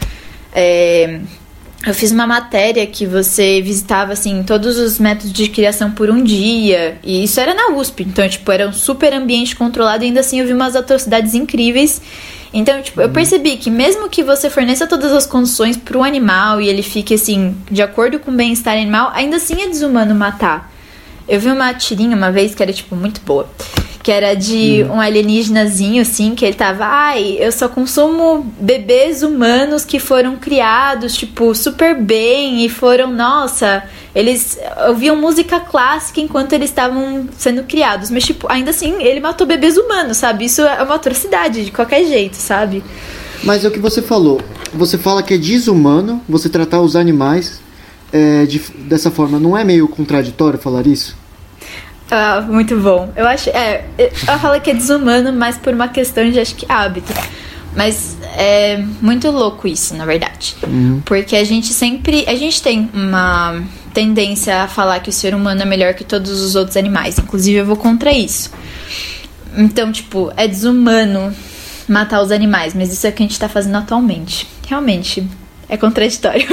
Eu fiz uma matéria que você visitava, assim, todos os métodos de criação por um dia. E isso era na USP. Então, tipo, era um super ambiente controlado. E ainda assim eu vi umas atrocidades incríveis. Então, tipo, eu percebi que mesmo que você forneça todas as condições pro animal e ele fique, assim, de acordo com o bem-estar animal, ainda assim é desumano matar. Eu vi uma tirinha uma vez que era, tipo, muito boa. Que era de um alienígenazinho, assim, que ele tava... Ai, eu só consumo bebês humanos que foram criados, tipo, super bem. E foram, nossa... Eles ouviam música clássica enquanto eles estavam sendo criados. Mas, tipo, ainda assim, ele matou bebês humanos, sabe? Isso é uma atrocidade, de qualquer jeito, sabe? Mas é o que você falou. Você fala que é desumano você tratar os animais dessa forma. Não é meio contraditório falar isso? Ah, muito bom. Eu acho... eu falo que é desumano, mas por uma questão de, acho que, hábito. Mas é muito louco isso, na verdade. Porque a gente tem uma tendência a falar que o ser humano é melhor que todos os outros animais. Inclusive, eu vou contra isso. Então, tipo, é desumano matar os animais, mas isso é o que a gente tá fazendo atualmente. Realmente, é contraditório.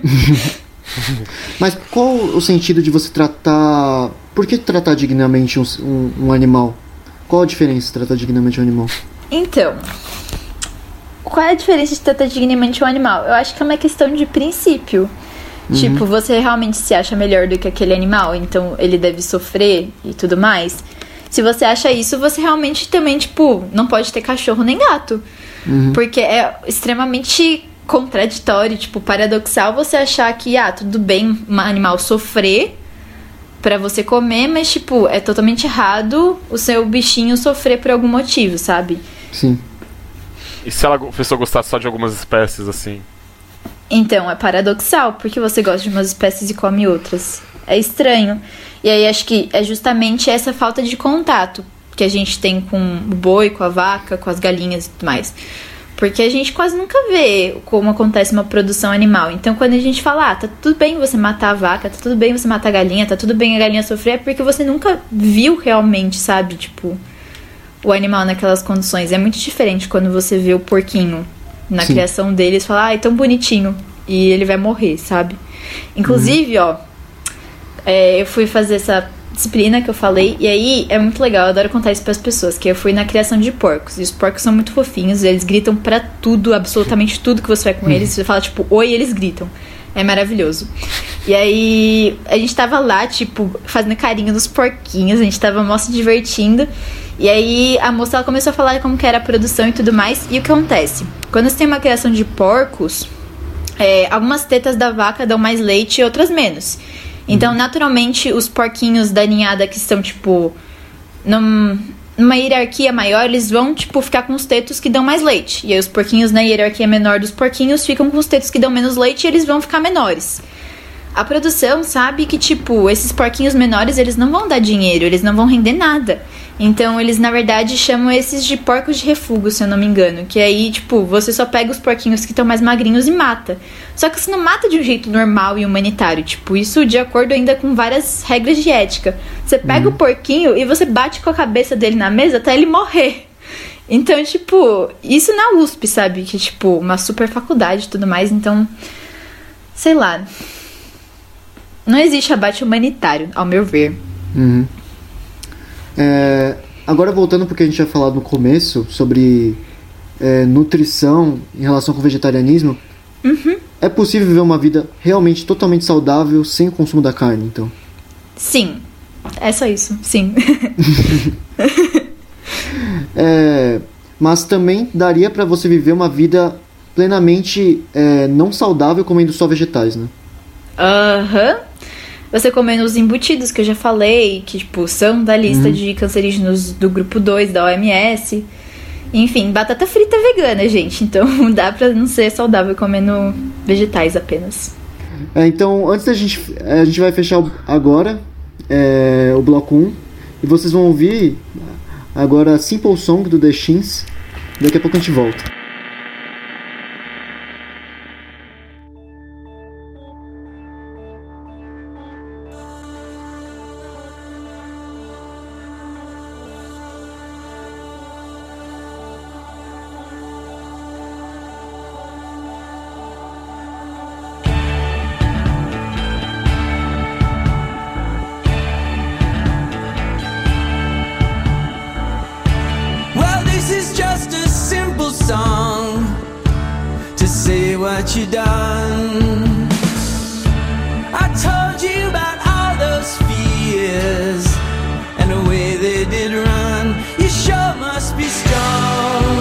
Mas qual o sentido de você tratar... Por que tratar dignamente um animal? Qual a diferença de tratar dignamente um animal? Então, qual é a diferença de tratar dignamente um animal? Eu acho que é uma questão de princípio. Tipo, você realmente se acha melhor do que aquele animal, então ele deve sofrer e tudo mais. Se você acha isso, você realmente também, tipo, não pode ter cachorro nem gato. Porque é extremamente contraditório, tipo, paradoxal você achar que, tudo bem um animal sofrer pra você comer, mas, tipo, é totalmente errado o seu bichinho sofrer por algum motivo, sabe? Sim. E se a pessoa gostasse só de algumas espécies, assim? Então, é paradoxal, porque você gosta de umas espécies e come outras. É estranho. E aí, acho que é justamente essa falta de contato que a gente tem com o boi, com a vaca, com as galinhas e tudo mais. Porque a gente quase nunca vê como acontece uma produção animal. Então, quando a gente fala, tá tudo bem você matar a vaca, tá tudo bem você matar a galinha, tá tudo bem a galinha sofrer, é porque você nunca viu realmente, sabe? Tipo, o animal naquelas condições. É muito diferente quando você vê o porquinho na criação dele e fala, é tão bonitinho. E ele vai morrer, sabe? Inclusive, eu fui fazer essa disciplina que eu falei, e aí é muito legal, eu adoro contar isso pras pessoas, que eu fui na criação de porcos, e os porcos são muito fofinhos, eles gritam pra tudo, absolutamente tudo que você vai com eles, você fala tipo, oi, eles gritam, é maravilhoso. E aí a gente tava lá, tipo, fazendo carinho nos porquinhos, a gente tava mó se divertindo, e aí a moça, ela começou a falar como que era a produção e tudo mais, e o que acontece? Quando você tem uma criação de porcos, algumas tetas da vaca dão mais leite e outras menos. Então, naturalmente, os porquinhos da ninhada que estão, tipo, numa hierarquia maior, eles vão, tipo, ficar com os tetos que dão mais leite. E aí os porquinhos na hierarquia menor dos porquinhos ficam com os tetos que dão menos leite e eles vão ficar menores. A produção sabe que, tipo, esses porquinhos menores, eles não vão dar dinheiro, eles não vão render nada. Então, eles, na verdade, chamam esses de porcos de refúgio, se eu não me engano. Que aí, tipo, você só pega os porquinhos que estão mais magrinhos e mata. Só que você não mata de um jeito normal e humanitário. Tipo, isso de acordo ainda com várias regras de ética. Você pega o porquinho e você bate com a cabeça dele na mesa até ele morrer. Então, tipo, isso na USP, sabe? Que é, tipo, uma super faculdade e tudo mais. Então, sei lá. Não existe abate humanitário, ao meu ver. Agora voltando porque a gente tinha falado no começo sobre nutrição em relação com o vegetarianismo, é possível viver uma vida realmente totalmente saudável sem o consumo da carne, então? Sim, é só isso, sim. Mas também daria pra você viver uma vida plenamente não saudável comendo só vegetais, né? Você comendo os embutidos que eu já falei, que tipo, são da lista de cancerígenos do grupo 2 da OMS. Enfim, batata frita vegana, gente. Então dá pra não ser saudável comendo vegetais apenas. Então, antes da gente... A gente vai fechar agora o bloco 1. E vocês vão ouvir agora Simple Song do The Shins. Daqui a pouco a gente volta. What you done? I told you about all those fears and the way they did run. You sure must be strong,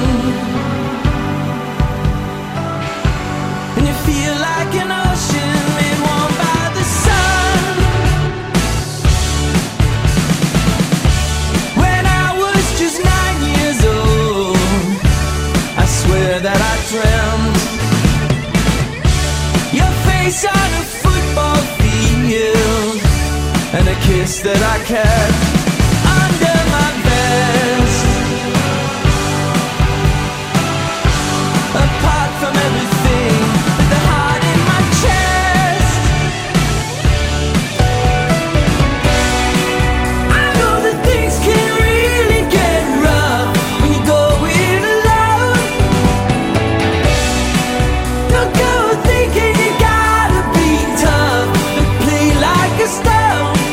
and you feel like an ocean made warm by the sun. When I was just 9 years old, I swear that I dreamt on a football field and a kiss that I kept under my vest. Apart from everything, the heart in my chest. I know that things can really get rough when you go it alone. Don't go thinking stone.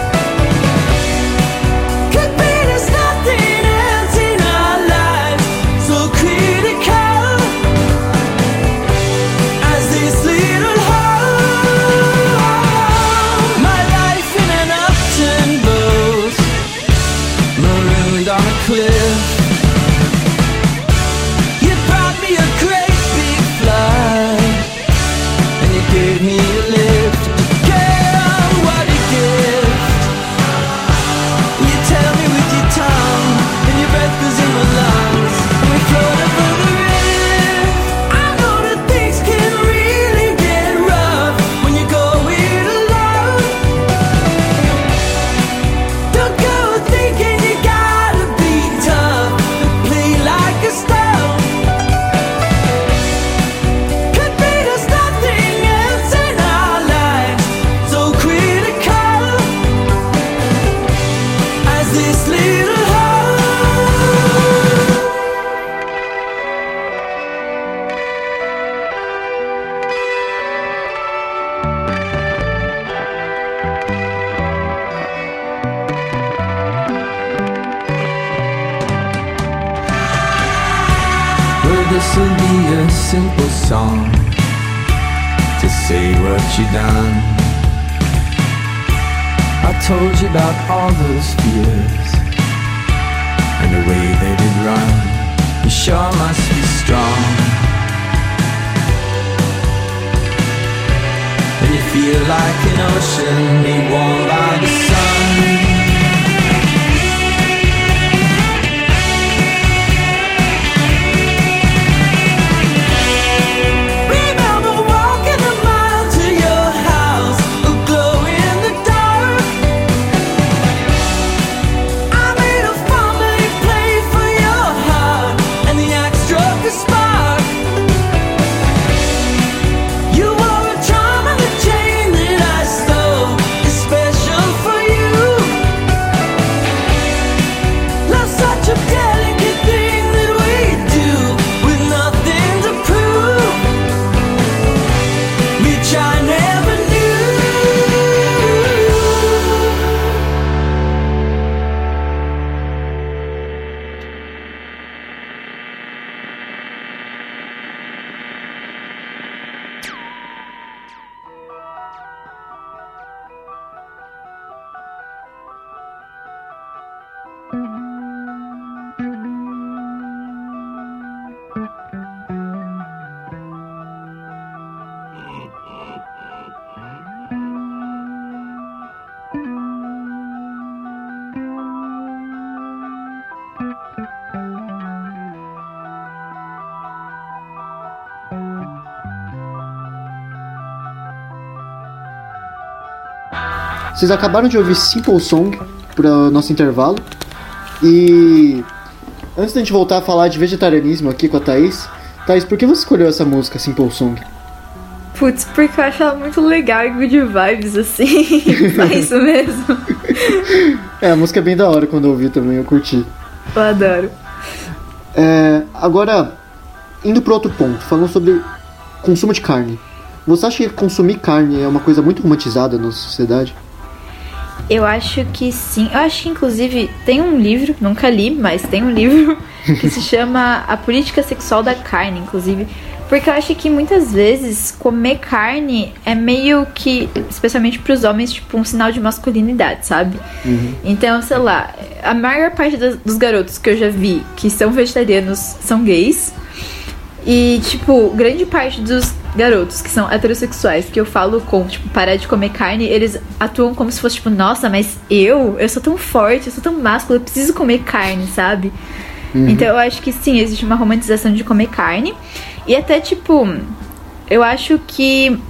Could be there's nothing else in our lives so critical as this little hole. My life in an upturned boat, marooned on a cliff. You brought me a great big flood, and you gave me a lift. This'll be a simple song to say what you done. I told you about all those fears and the way they did run. You sure must be strong, and you feel like an ocean made warm by the sun. Special for Vocês acabaram de ouvir Simple Song para nosso intervalo. E antes da gente voltar a falar de vegetarianismo aqui com a Thaís, por que você escolheu essa música, Simple Song? Putz, porque eu acho ela muito legal e good vibes, assim. É isso mesmo. A música é bem da hora quando eu ouvi também, eu curti. Eu adoro. Agora, indo pro outro ponto, falando sobre consumo de carne. Você acha que consumir carne é uma coisa muito romantizada na nossa sociedade? Eu acho que sim. Eu acho que, inclusive, tem um livro, nunca li, mas tem um livro que se chama A Política Sexual da Carne, inclusive. Porque eu acho que muitas vezes comer carne é meio que, especialmente pros homens, tipo um sinal de masculinidade, sabe? Uhum. Então, sei lá, a maior parte dos garotos que eu já vi que são vegetarianos são gays. E, tipo, grande parte dos garotos que são heterossexuais, que eu falo com, tipo, parar de comer carne, eles atuam como se fosse, tipo, nossa, mas eu sou tão forte, eu sou tão másculo, eu preciso comer carne, sabe? Uhum. Então eu acho que sim, existe uma romantização de comer carne. E até, tipo, eu acho que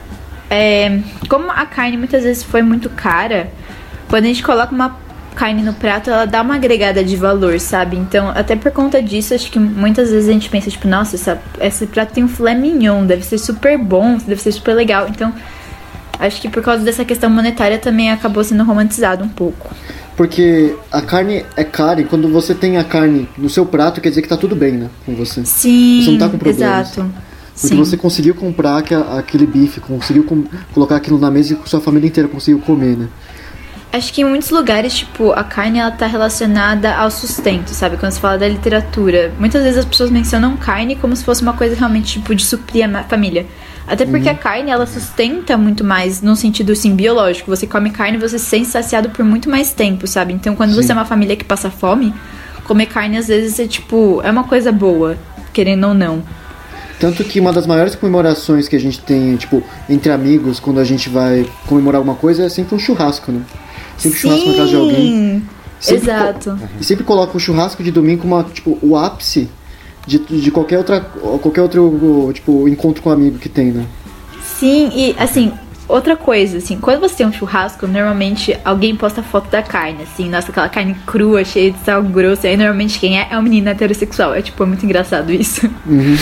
como a carne muitas vezes foi muito cara, quando a gente coloca uma carne no prato, ela dá uma agregada de valor, sabe? Então, até por conta disso, acho que muitas vezes a gente pensa, tipo, nossa, esse prato tem um filé mignon, deve ser super bom, deve ser super legal. Então, acho que por causa dessa questão monetária também acabou sendo romantizado um pouco. Porque a carne é cara e quando você tem a carne no seu prato, quer dizer que tá tudo bem, né? Com você. Sim, você não tá com problemas. Exato. Porque você conseguiu comprar aquele bife, conseguiu colocar aquilo na mesa e sua família inteira conseguiu comer, né? Acho que em muitos lugares, tipo, a carne, ela tá relacionada ao sustento, sabe? Quando se fala da literatura, muitas vezes as pessoas mencionam carne como se fosse uma coisa realmente, tipo, de suprir a família. Até porque a carne, ela sustenta muito mais, no sentido, assim, biológico. Você come carne e você se sente saciado por muito mais tempo, sabe? Então, quando você é uma família que passa fome, comer carne, às vezes, é uma coisa boa, querendo ou não. Tanto que uma das maiores comemorações que a gente tem, tipo, entre amigos, quando a gente vai comemorar alguma coisa, é sempre um churrasco, né? Sempre churrasco na casa de alguém. Exato. E sempre coloca o churrasco de domingo como tipo, o ápice de qualquer outro tipo, encontro com um amigo que tem, né? Sim, e assim, outra coisa, assim, quando você tem um churrasco, normalmente alguém posta foto da carne, assim, nossa, aquela carne crua, cheia de sal grosso, e aí normalmente quem é um menino heterossexual. É tipo, é muito engraçado isso. Uhum.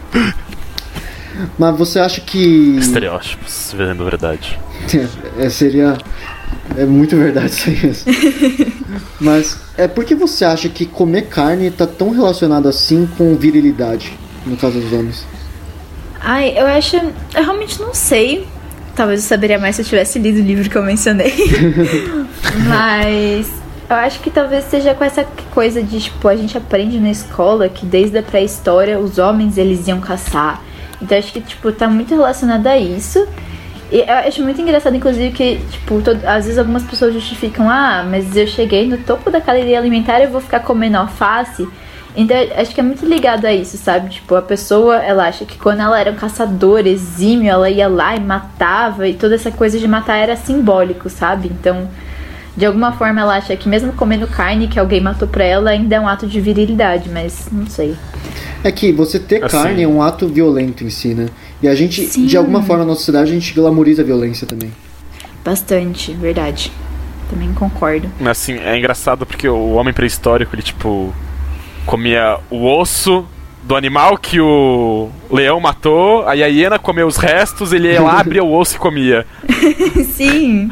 Mas você acha que... Estereótipos, vendo a verdade. É muito verdade isso aí mesmo. Mas por que você acha que comer carne tá tão relacionado assim com virilidade, no caso dos homens? Ai, eu realmente não sei. Talvez eu saberia mais se eu tivesse lido o livro que eu mencionei. Mas eu acho que talvez seja com essa coisa de, tipo, a gente aprende na escola que desde a pré-história os homens, eles iam caçar. Então acho que, tipo, tá muito relacionado a isso. E eu acho muito engraçado, inclusive, que, tipo, às vezes algumas pessoas justificam, mas eu cheguei no topo da cadeia alimentar e eu vou ficar comendo alface. Então, acho que é muito ligado a isso, sabe? Tipo, a pessoa, ela acha que quando ela era um caçador exímio, ela ia lá e matava, e toda essa coisa de matar era simbólico, sabe? Então, de alguma forma, ela acha que mesmo comendo carne que alguém matou pra ela, ainda é um ato de virilidade, mas não sei. É que você ter carne é um ato violento em si, né? E a gente, de alguma forma, na nossa sociedade, a gente glamoriza a violência também. Bastante, verdade. Também concordo. Assim, é engraçado porque o homem pré-histórico, ele, tipo, comia o osso do animal que o leão matou, aí a hiena comeu os restos, ele ia lá, abria o osso e comia. Sim.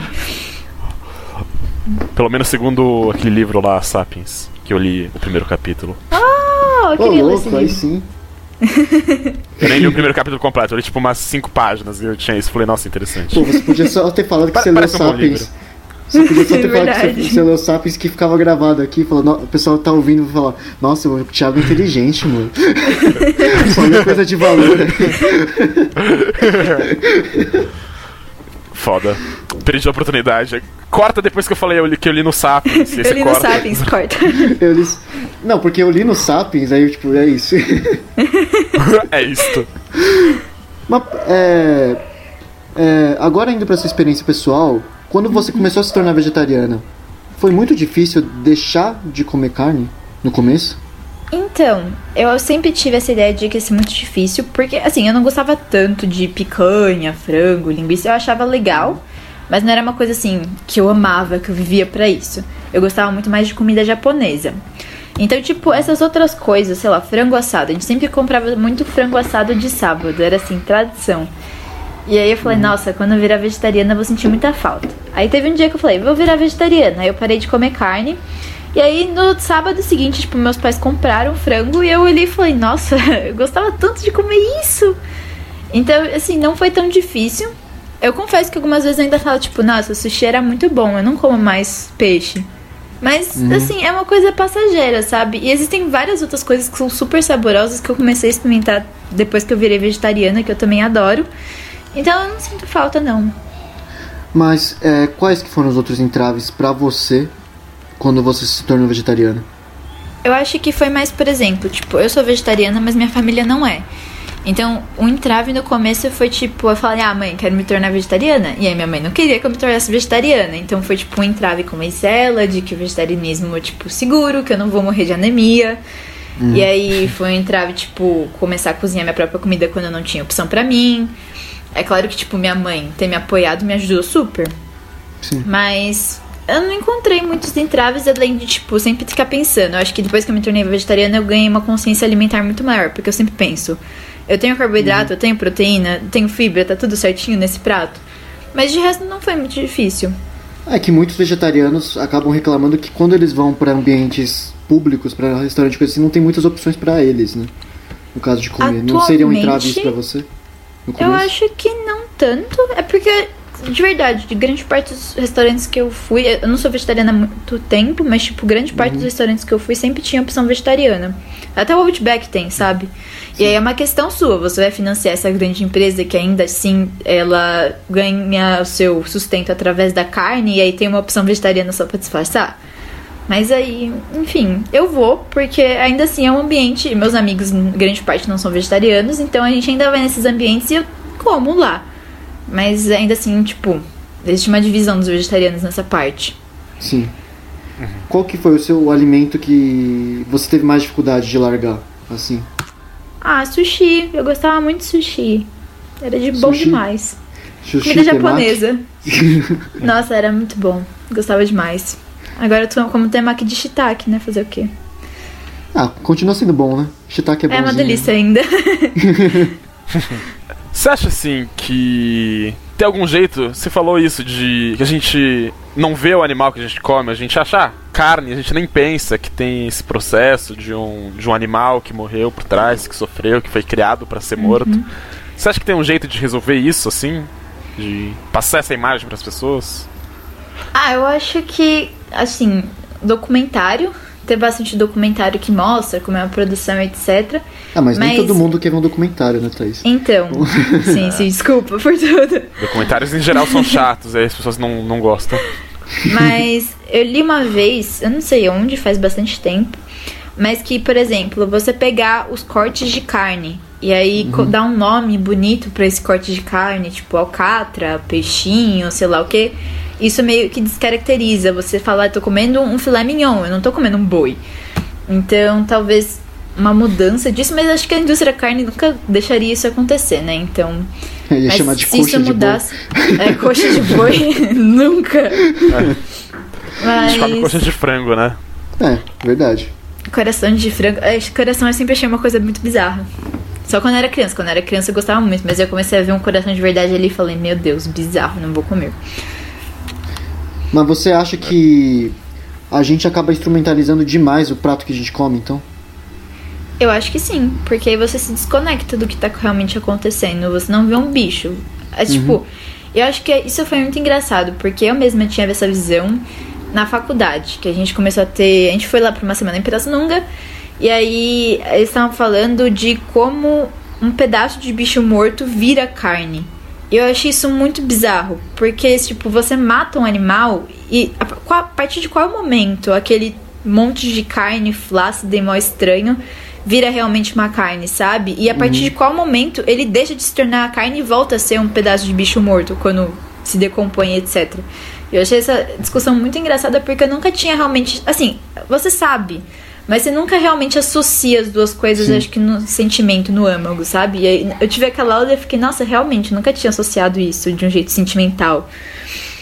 Pelo menos segundo aquele livro lá, Sapiens, que eu li o primeiro capítulo. Eu queria ler esse livro. Aí sim. Eu nem li o primeiro capítulo completo, eu li tipo umas 5 páginas e eu tinha isso, falei, nossa, interessante. Pô, você podia só ter falado que você leu Sapiens. Você podia só ter falado que você leu Sapiens, que ficava gravado aqui, falando, o pessoal tá ouvindo e vai falar, nossa, o Thiago é inteligente, mano. Só leu coisa de valor. Foda. Perdi a oportunidade. Corta depois que eu falei que eu li no Sapiens. Eu li no Sapiens, corta. Não, porque eu li no Sapiens, aí tipo, é isso. É isto. Mas, agora indo pra sua experiência pessoal, quando você começou a se tornar vegetariana, foi muito difícil deixar de comer carne no começo? Então, eu sempre tive essa ideia de que ia ser muito difícil, porque, assim, eu não gostava tanto de picanha, frango, linguiça, eu achava legal, Mas não era uma coisa assim que eu amava, que eu vivia pra isso. Eu gostava muito mais de comida japonesa. Então, tipo, essas outras coisas, sei lá, frango assado. A gente sempre comprava muito frango assado de sábado, era assim, tradição. E aí eu falei, nossa, quando eu virar vegetariana eu vou sentir muita falta. Aí teve um dia que eu falei, vou virar vegetariana. Aí eu parei de comer carne. E aí no sábado seguinte, tipo, meus pais compraram frango e eu olhei e falei, nossa, eu gostava tanto de comer isso. Então, assim, não foi tão difícil. Eu confesso que algumas vezes eu ainda falo, tipo, nossa, o sushi era muito bom, eu não como mais peixe. Mas, assim, é uma coisa passageira, sabe? E existem várias outras coisas que são super saborosas que eu comecei a experimentar depois que eu virei vegetariana, que eu também adoro. Então eu não sinto falta, não. Mas quais que foram os outros entraves pra você quando você se tornou vegetariana? Eu acho que foi mais, por exemplo, tipo, eu sou vegetariana, mas minha família não é. Então, o entrave no começo foi tipo, eu falei, mãe, quero me tornar vegetariana. E aí minha mãe não queria que eu me tornasse vegetariana. Então foi tipo um entrave com ela, de que o vegetarianismo, tipo, seguro, que eu não vou morrer de anemia. E aí foi um entrave, tipo, começar a cozinhar minha própria comida quando eu não tinha opção pra mim. É claro que, tipo, minha mãe ter me apoiado me ajudou super. Sim. Mas eu não encontrei muitos entraves além de, tipo, sempre ficar pensando. Eu acho que depois que eu me tornei vegetariana eu ganhei uma consciência alimentar muito maior. Porque eu sempre penso, eu tenho carboidrato, eu tenho proteína, tenho fibra, tá tudo certinho nesse prato. Mas de resto não foi muito difícil. É que muitos vegetarianos acabam reclamando que quando eles vão pra ambientes públicos, pra restaurante, coisa assim, não tem muitas opções pra eles, né? No caso de comer. Não seria um entrave isso pra você? Eu acho que não tanto. É porque, de verdade, de grande parte dos restaurantes que eu fui, eu não sou vegetariana há muito tempo, mas, tipo, grande parte dos restaurantes que eu fui sempre tinha opção vegetariana. Até o Outback tem, sabe? Sim. E aí é uma questão sua. Você vai financiar essa grande empresa que ainda assim ela ganha o seu sustento através da carne e aí tem uma opção vegetariana só pra disfarçar? Mas aí, enfim, eu vou, porque ainda assim é um ambiente, meus amigos, grande parte não são vegetarianos, então a gente ainda vai nesses ambientes e eu como lá. Mas ainda assim, tipo, existe uma divisão dos vegetarianos nessa parte. Sim. Qual que foi o seu alimento que você teve mais dificuldade de largar, assim? Sushi. Eu gostava muito de sushi. Era de bom demais. Sushi, comida japonesa. Nossa, era muito bom. Gostava demais. Agora eu tô como temaki de shiitake, né? Fazer o quê? Continua sendo bom, né? Shiitake é bonzinho. É uma delícia ainda. Você acha, assim, que tem algum jeito... Você falou isso de que a gente não vê o animal que a gente come, a gente acha carne, a gente nem pensa que tem esse processo de um animal que morreu por trás, que sofreu, que foi criado pra ser morto. Você acha que tem um jeito de resolver isso, assim? De passar essa imagem pras pessoas? Eu acho que, assim, documentário... Tem bastante documentário que mostra como é a produção, etc. Mas nem todo mundo quer ver um documentário, né, Thaís? Então, sim, desculpa por tudo. Documentários em geral são chatos, aí as pessoas não gostam. Mas eu li uma vez, eu não sei onde, faz bastante tempo, mas que, por exemplo, você pegar os cortes de carne e aí dar um nome bonito pra esse corte de carne, tipo alcatra, peixinho, sei lá o que... Isso meio que descaracteriza. Você falar, tô comendo um filé mignon, eu não tô comendo um boi. Então, talvez uma mudança disso, mas acho que a indústria da carne nunca deixaria isso acontecer, né? Então, ia chamar de coxa de mudasse, boi. Coxa de boi, nunca. Mas... A gente come coxa de frango, né? Verdade. Coração de frango. Coração eu sempre achei uma coisa muito bizarra. Só quando eu era criança. Quando eu era criança eu gostava muito, mas eu comecei a ver um coração de verdade ali e falei, meu Deus, bizarro, não vou comer. Mas você acha que a gente acaba instrumentalizando demais o prato que a gente come, então? Eu acho que sim, porque aí você se desconecta do que tá realmente acontecendo. Você não vê um bicho. Tipo, eu acho que isso foi muito engraçado, porque eu mesma tinha essa visão na faculdade, que a gente começou a ter... A gente foi lá pra uma semana em Pirassununga, e aí eles estavam falando de como um pedaço de bicho morto vira carne. Eu achei isso muito bizarro, porque, tipo, você mata um animal e a partir de qual momento aquele monte de carne flácida e mó estranho vira realmente uma carne, sabe? E a partir de qual momento ele deixa de se tornar a carne e volta a ser um pedaço de bicho morto quando se decompõe, etc. Eu achei essa discussão muito engraçada porque eu nunca tinha realmente... Assim, você sabe... Mas você nunca realmente associa as duas coisas, acho que no sentimento, no âmago, sabe? E aí eu tive aquela aula e eu fiquei, nossa, realmente, nunca tinha associado isso de um jeito sentimental.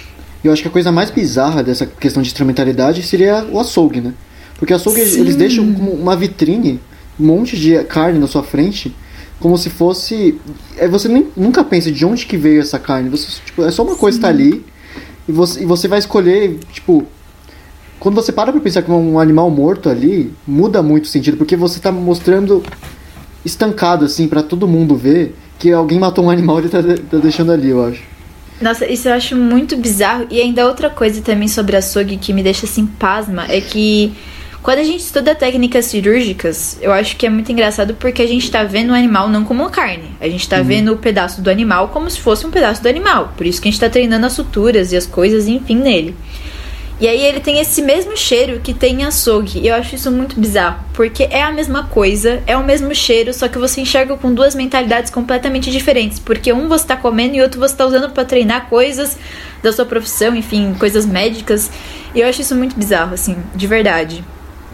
E eu acho que a coisa mais bizarra dessa questão de instrumentalidade seria o açougue, né? Porque o açougue, eles deixam como uma vitrine, um monte de carne na sua frente, como se fosse... Você nunca pensa de onde que veio essa carne. Você, tipo, é só uma coisa que tá ali, e você vai escolher, tipo... Quando você para pra pensar que um animal morto ali, muda muito o sentido, porque você tá mostrando estancado, assim, pra todo mundo ver que alguém matou um animal e ele tá deixando ali, eu acho. Nossa, isso eu acho muito bizarro. E ainda outra coisa também sobre açougue que me deixa assim pasma é que quando a gente estuda técnicas cirúrgicas, eu acho que é muito engraçado porque a gente tá vendo o animal não como uma carne. A gente tá vendo o pedaço do animal como se fosse um pedaço do animal. Por isso que a gente tá treinando as suturas e as coisas, enfim, nele. E aí ele tem esse mesmo cheiro que tem em açougue. E eu acho isso muito bizarro, porque é a mesma coisa, é o mesmo cheiro, só que você enxerga com duas mentalidades completamente diferentes. Porque um você tá comendo e outro você tá usando pra treinar coisas da sua profissão, enfim, coisas médicas. E eu acho isso muito bizarro, assim, de verdade.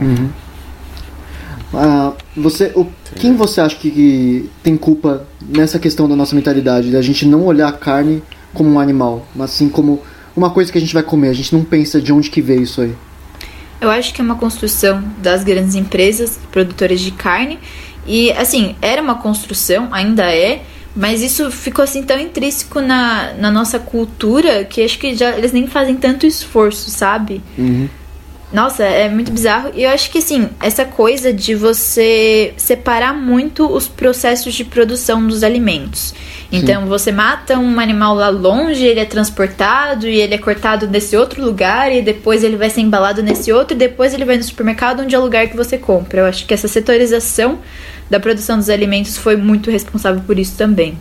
Quem você acha que tem culpa nessa questão da nossa mentalidade, da gente não olhar a carne como um animal, mas sim como uma coisa que a gente vai comer? A gente não pensa de onde que veio isso aí. Eu acho que é uma construção das grandes empresas produtoras de carne. E, assim, era uma construção, ainda é, mas isso ficou assim tão intrínseco na nossa cultura que acho que eles nem fazem tanto esforço, sabe? Nossa, é muito bizarro. E eu acho que, assim, essa coisa de você separar muito os processos de produção dos alimentos. Então, você mata um animal lá longe, ele é transportado e ele é cortado nesse outro lugar e depois ele vai ser embalado nesse outro e depois ele vai no supermercado, onde é o lugar que você compra. Eu acho que essa setorização da produção dos alimentos foi muito responsável por isso também.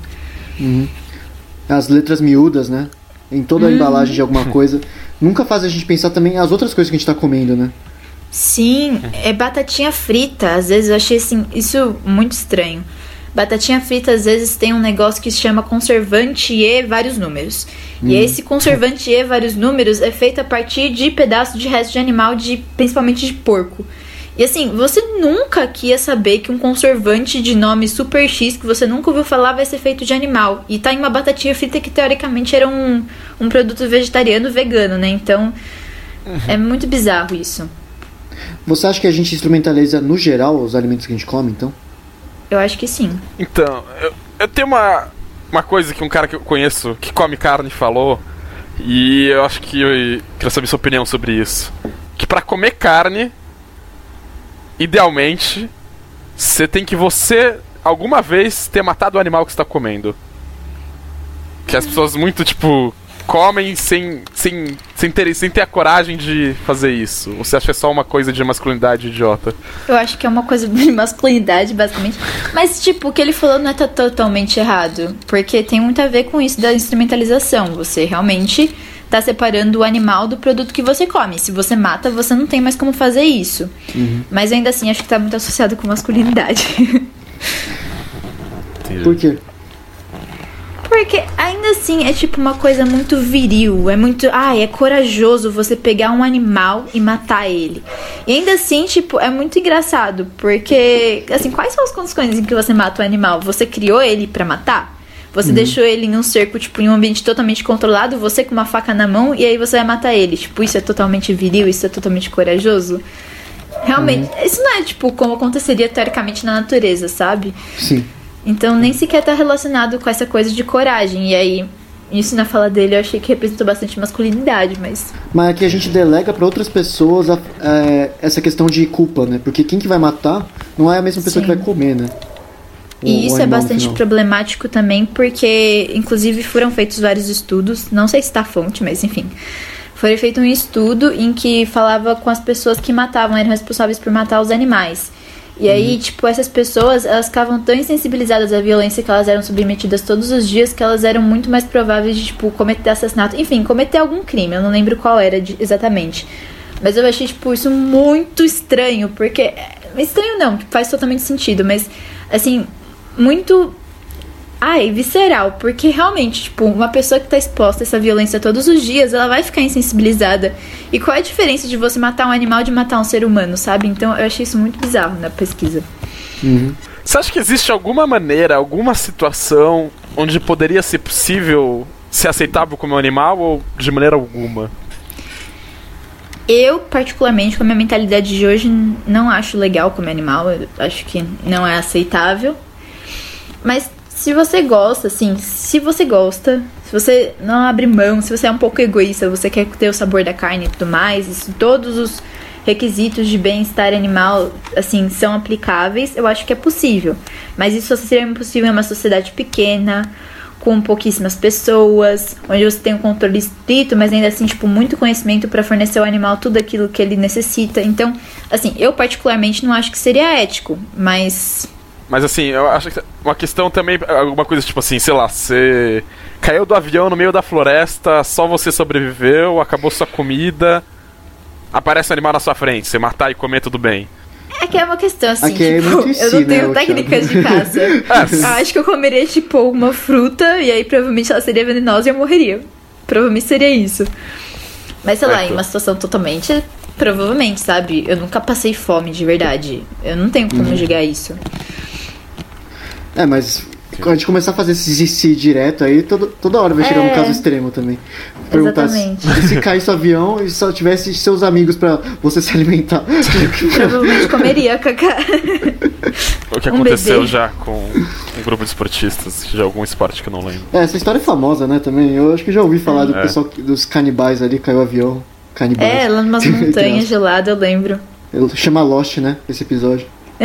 As letras miúdas, né? Em toda a embalagem de alguma coisa. Nunca faz a gente pensar também as outras coisas que a gente tá comendo, né? Sim, é batatinha frita. Às vezes eu achei assim, isso muito estranho. Batatinha frita às vezes tem um negócio que se chama conservante E vários números. E esse conservante E vários números é feito a partir de pedaços de resto de animal, principalmente de porco. E assim, você nunca ia saber que um conservante de nome Super X, que você nunca ouviu falar, vai ser feito de animal. E tá em uma batatinha frita que teoricamente era um produto vegetariano vegano, né? Então, é muito bizarro isso. Você acha que a gente instrumentaliza, no geral, os alimentos que a gente come, então? Eu acho que sim. Então, eu tenho uma coisa que um cara que eu conheço, que come carne, falou, e eu acho que eu queria saber sua opinião sobre isso. Que pra comer carne, idealmente, você tem que alguma vez, ter matado o animal que você tá comendo. Que as pessoas muito, tipo, comem sem ter a coragem de fazer isso. Ou você acha que é só uma coisa de masculinidade idiota? Eu acho que é uma coisa de masculinidade, basicamente. Mas, tipo, o que ele falou não é totalmente errado. Porque tem muito a ver com isso da instrumentalização. Você realmente tá separando o animal do produto que você come. Se você mata, você não tem mais como fazer isso. Mas ainda assim, acho que tá muito associado com masculinidade. Por quê? Porque ainda assim é tipo uma coisa muito viril. É muito... é corajoso você pegar um animal e matar ele. E ainda assim, tipo, é muito engraçado. Porque, assim, quais são as condições em que você mata o animal? Você criou ele pra matar? Você deixou ele em um cerco, tipo, em um ambiente totalmente controlado, você com uma faca na mão, e aí você vai matar ele. Tipo, isso é totalmente viril, isso é totalmente corajoso. Realmente, isso não é, tipo, como aconteceria teoricamente na natureza, sabe? Sim. Então, nem sequer tá relacionado com essa coisa de coragem. E aí, isso na fala dele eu achei que representou bastante masculinidade, mas... Mas aqui a gente delega pra outras pessoas essa questão de culpa, né? Porque quem que vai matar não é a mesma pessoa que vai comer, né? E isso é bastante problemático também, porque, inclusive, foram feitos vários estudos, não sei se tá a fonte, mas enfim. Foi feito um estudo em que falava com as pessoas que matavam, eram responsáveis por matar os animais. E aí, tipo, essas pessoas, elas ficavam tão insensibilizadas à violência que elas eram submetidas todos os dias, que elas eram muito mais prováveis de, tipo, cometer assassinato. Enfim, cometer algum crime, eu não lembro qual era exatamente. Mas eu achei, tipo, isso muito estranho, porque... Estranho não, faz totalmente sentido, mas, assim... muito visceral, porque realmente, tipo, uma pessoa que tá exposta a essa violência todos os dias, ela vai ficar insensibilizada. E qual é a diferença de você matar um animal de matar um ser humano, sabe? Então eu achei isso muito bizarro na pesquisa. Você acha que existe alguma maneira, alguma situação onde poderia ser possível se é aceitável comer um animal ou de maneira alguma? Eu, particularmente, com a minha mentalidade de hoje, não acho legal comer animal. Eu acho que não é aceitável. Mas se você gosta, assim, se você não abre mão, se você é um pouco egoísta, você quer ter o sabor da carne e tudo mais, isso, todos os requisitos de bem-estar animal, assim, são aplicáveis, eu acho que é possível. Mas isso só seria impossível em uma sociedade pequena, com pouquíssimas pessoas, onde você tem um controle estrito, mas ainda assim, tipo, muito conhecimento para fornecer ao animal tudo aquilo que ele necessita. Então, assim, eu particularmente não acho que seria ético, mas... Mas assim, eu acho que uma questão também, alguma coisa tipo assim, sei lá, você caiu do avião no meio da floresta, só você sobreviveu, acabou sua comida, aparece um animal na sua frente, você matar e comer, tudo bem. É que é uma questão assim, aqui é muito eu não tenho técnicas de caça. Eu acho que eu comeria, tipo, uma fruta e aí provavelmente ela seria venenosa e eu morreria. Provavelmente seria isso. Mas sei lá, em uma situação totalmente... Provavelmente, sabe? Eu nunca passei fome de verdade. Eu não tenho como julgar isso. Mas quando a gente começar a fazer esse direto aí, toda hora vai chegar um caso extremo também. Perguntar se caísse o avião e só tivesse seus amigos pra você se alimentar. Provavelmente comeria, Cacá. O que aconteceu já com um grupo de esportistas de algum esporte que eu não lembro. Essa história é famosa, né, também. Eu acho que já ouvi falar do pessoal, dos canibais ali, caiu o avião. Canibais. Lá numas montanhas geladas, eu lembro. Chama Lost, né, esse episódio.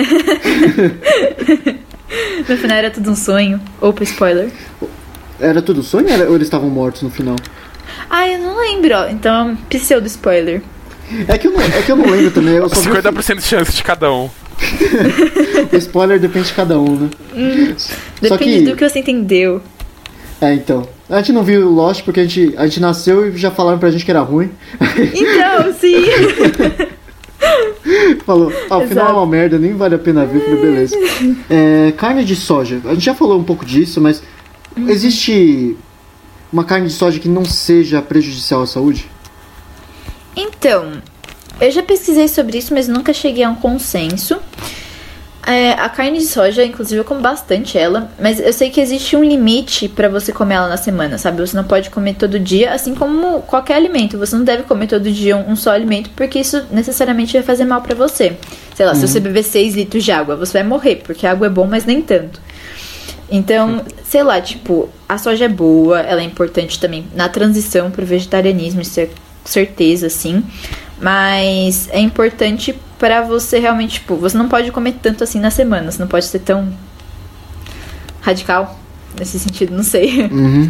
No final era tudo um sonho. Opa, spoiler. Era tudo sonho ou eles estavam mortos no final? Eu não lembro, ó. Então, pseudo spoiler. É que eu não lembro também. Eu só 50% de chance de cada um. O spoiler depende de cada um, né? Depende do que você entendeu. Então. A gente não viu Lost porque a gente nasceu e já falaram pra gente que era ruim. Então, sim. Falou, o final é uma merda, nem vale a pena ver. Falei, beleza. Carne de soja. A gente já falou um pouco disso, mas existe uma carne de soja que não seja prejudicial à saúde? Então, eu já pesquisei sobre isso, mas nunca cheguei a um consenso. A carne de soja, inclusive, eu como bastante ela, mas eu sei que existe um limite pra você comer ela na semana, sabe? Você não pode comer todo dia, assim como qualquer alimento. Você não deve comer todo dia um só alimento, porque isso necessariamente vai fazer mal pra você. Sei lá, se você beber 6 litros de água, você vai morrer, porque a água é bom, mas nem tanto. Então, sei lá, tipo, a soja é boa, ela é importante também na transição pro vegetarianismo, isso é certeza, sim. Mas é importante pra você realmente, tipo, você não pode comer tanto assim na semana, você não pode ser tão radical nesse sentido, não sei.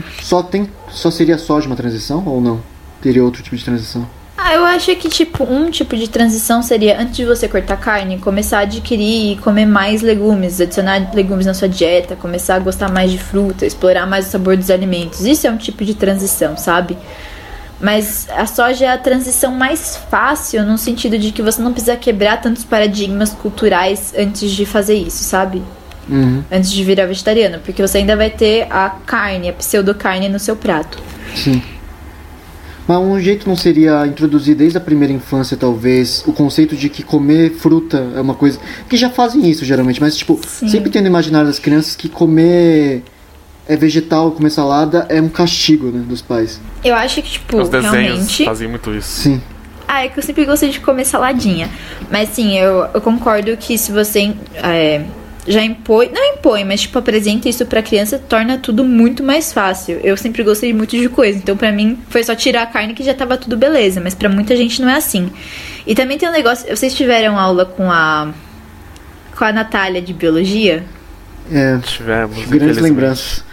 Só seria soja uma transição ou não? Teria outro tipo de transição? Eu acho que, tipo, um tipo de transição seria, antes de você cortar carne, começar a adquirir e comer mais legumes, adicionar legumes na sua dieta, começar a gostar mais de fruta, explorar mais o sabor dos alimentos. Isso é um tipo de transição, sabe? Mas a soja é a transição mais fácil, no sentido de que você não precisa quebrar tantos paradigmas culturais antes de fazer isso, sabe? Antes de virar vegetariano, porque você ainda vai ter a carne, a pseudo-carne no seu prato. Sim. Mas um jeito não seria introduzir desde a primeira infância, talvez, o conceito de que comer fruta é uma coisa... Que já fazem isso, geralmente, mas, tipo, sempre tem no imaginário das crianças que comer vegetal, comer salada é um castigo, né, dos pais. Eu acho que, tipo, os desenhos realmente... fazem muito isso. Sim. É que eu sempre gostei de comer saladinha. Mas, sim, eu concordo que se você... já impõe, não impõe, mas tipo apresenta isso pra criança, torna tudo muito mais fácil. Eu sempre gostei muito de coisa, então pra mim foi só tirar a carne que já tava tudo beleza, mas pra muita gente não é assim. E também tem um negócio, vocês tiveram aula com a Natália de biologia? Tivemos grandes lembranças.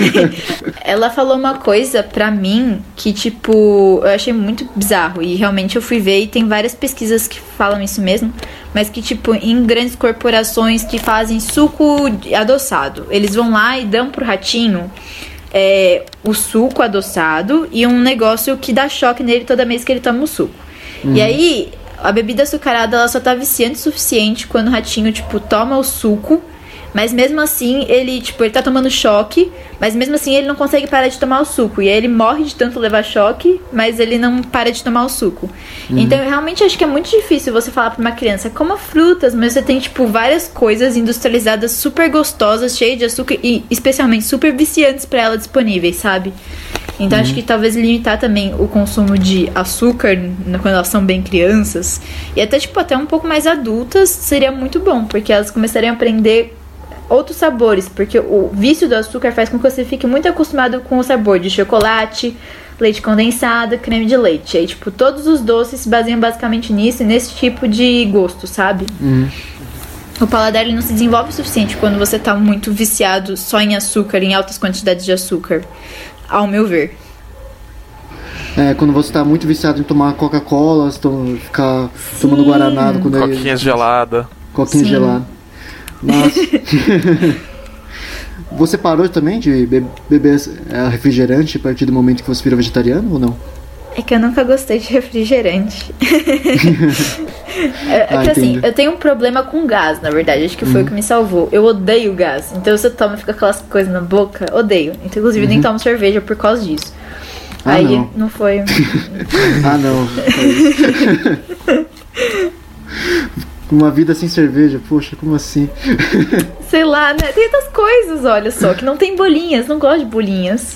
Ela falou uma coisa pra mim que, tipo, eu achei muito bizarro. E realmente eu fui ver e tem várias pesquisas que falam isso mesmo. Mas que, tipo, em grandes corporações que fazem suco adoçado, eles vão lá e dão pro ratinho o suco adoçado e um negócio que dá choque nele toda vez que ele toma o suco. E aí, a bebida açucarada, ela só tá viciante o suficiente quando o ratinho, tipo, toma o suco. Mas mesmo assim, ele tá tomando choque, mas mesmo assim ele não consegue parar de tomar o suco. E aí ele morre de tanto levar choque, mas ele não para de tomar o suco. Então eu realmente acho que é muito difícil você falar pra uma criança, coma frutas, mas você tem, tipo, várias coisas industrializadas super gostosas, cheias de açúcar e especialmente super viciantes pra ela disponíveis, sabe? Então acho que talvez limitar também o consumo de açúcar quando elas são bem crianças e até tipo até um pouco mais adultas seria muito bom, porque elas começariam a aprender outros sabores, porque o vício do açúcar faz com que você fique muito acostumado com o sabor de chocolate, leite condensado, creme de leite. Aí tipo todos os doces se baseiam basicamente nisso e nesse tipo de gosto, sabe? O paladar ele não se desenvolve o suficiente quando você tá muito viciado só em açúcar, em altas quantidades de açúcar, ao meu ver. Quando você tá muito viciado em tomar Coca-Cola, ficar tomando Guaraná. Coquinha gelada. Coquinha gelada. Nossa. Você parou também de beber refrigerante a partir do momento que você virou vegetariano ou não? É que eu nunca gostei de refrigerante. Que assim, eu tenho um problema com gás, na verdade. Acho que foi o que me salvou. Eu odeio gás. Então se eu tomo e fica aquelas coisas na boca, odeio. Então, inclusive, nem tomo cerveja por causa disso. Aí não foi. Não. Uma vida sem cerveja, poxa, como assim? Sei lá, né? Tem outras coisas, olha só, que não tem bolinhas. Não gosto de bolinhas.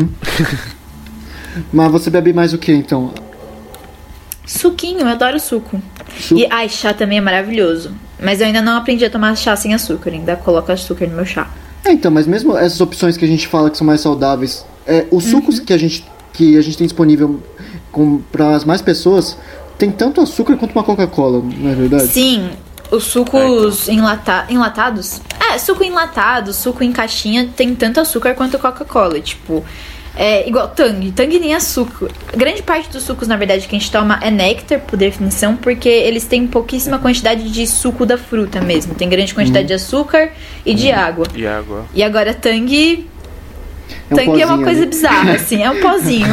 Mas você bebe mais o que, então? Suquinho, eu adoro suco. E, chá também é maravilhoso. Mas eu ainda não aprendi a tomar chá sem açúcar. Ainda coloco açúcar no meu chá. Então, mas mesmo essas opções que a gente fala que são mais saudáveis, os sucos que a gente tem disponível para as mais pessoas, tem tanto açúcar quanto uma Coca-Cola, não é verdade? Sim, os sucos enlatados. Suco enlatado, suco em caixinha tem tanto açúcar quanto Coca-Cola. Tipo, igual Tang. Tang nem açúcar. Grande parte dos sucos, na verdade, que a gente toma é néctar, por definição, porque eles têm pouquíssima quantidade de suco da fruta mesmo. Tem grande quantidade de açúcar e de água. E agora Tang... Tang é uma coisa bizarra, assim, é um pozinho.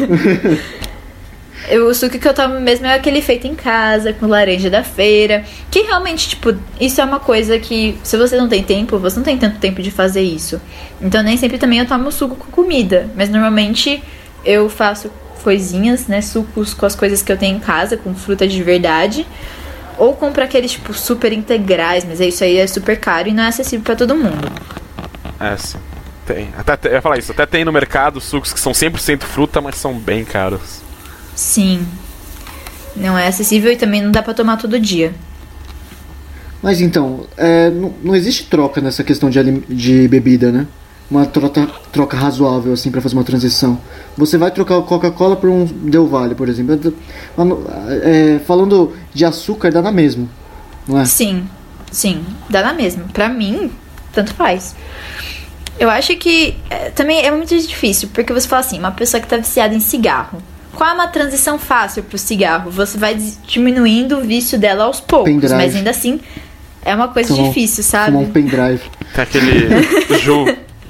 O suco que eu tomo mesmo é aquele feito em casa, com laranja da feira. Que realmente, tipo, isso é uma coisa que, se você não tem tempo, você não tem tanto tempo de fazer isso. Então nem sempre também eu tomo suco com comida. Mas normalmente eu faço coisinhas, né, sucos com as coisas que eu tenho em casa, com fruta de verdade. Ou compro aqueles, tipo, super integrais, mas isso aí é super caro e não é acessível pra todo mundo. Sim. Tem. Eu ia falar isso, até tem no mercado sucos que são 100% fruta, mas são bem caros. Sim. Não é acessível e também não dá pra tomar todo dia. Mas então, não existe troca nessa questão de bebida, né? Uma troca razoável, assim, pra fazer uma transição. Você vai trocar o Coca-Cola por um Del Valle, por exemplo. Falando de açúcar, dá na mesma, não é? Sim, dá na mesma. Pra mim, tanto faz. Eu acho que também é muito difícil, porque você fala assim, uma pessoa que tá viciada em cigarro, qual é uma transição fácil pro cigarro? Você vai diminuindo o vício dela aos poucos, pendrive. Mas ainda assim é uma coisa difícil, sabe? Como um pendrive. Tem aquele Ju.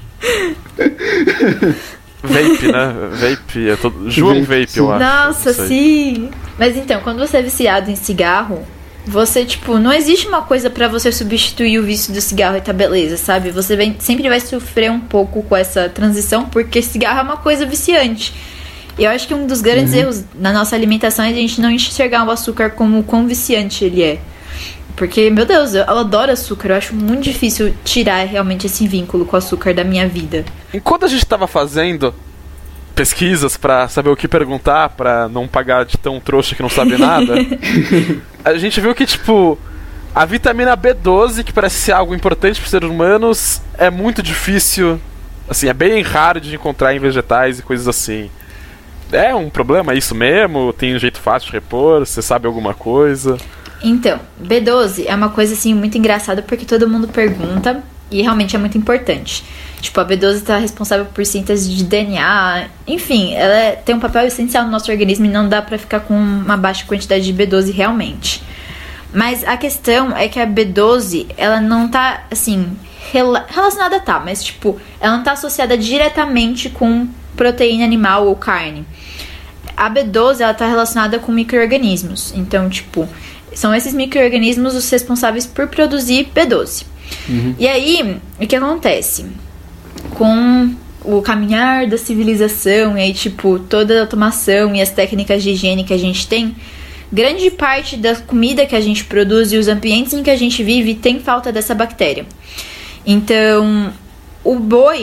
Vape, né? Vape, Ju é um vape, eu acho. Nossa, sim. Mas então, quando você é viciado em cigarro, você, tipo, não existe uma coisa pra você substituir o vício do cigarro e tá beleza, sabe? Você sempre vai sofrer um pouco com essa transição, porque cigarro é uma coisa viciante. E eu acho que um dos grandes erros na nossa alimentação é a gente não enxergar o açúcar como o quão viciante ele é. Porque, meu Deus, eu adoro açúcar. Eu acho muito difícil tirar realmente esse vínculo com o açúcar da minha vida. Enquanto a gente tava fazendo pesquisas pra saber o que perguntar, pra não pagar de tão trouxa que não sabe nada, a gente viu que, tipo, a vitamina B12, que parece ser algo importante pros seres humanos, é muito difícil, assim, é bem raro de encontrar em vegetais e coisas assim. É um problema isso mesmo? Tem um jeito fácil de repor? Você sabe alguma coisa? Então, B12 é uma coisa, assim, muito engraçada, porque todo mundo pergunta e realmente é muito importante. Tipo, a B12 está responsável por síntese de DNA. Enfim, ela tem um papel essencial no nosso organismo e não dá pra ficar com uma baixa quantidade de B12 realmente. Mas a questão é que a B12, ela não tá, assim, relacionada, tá, mas, tipo, ela não tá associada diretamente com proteína animal ou carne. A B12, ela tá relacionada com micro-organismos. Então, tipo, são esses micro-organismos os responsáveis por produzir B12. E aí, o que acontece? Com o caminhar da civilização e aí, tipo, toda a automação e as técnicas de higiene que a gente tem, grande parte da comida que a gente produz e os ambientes em que a gente vive tem falta dessa bactéria. Então, o boi,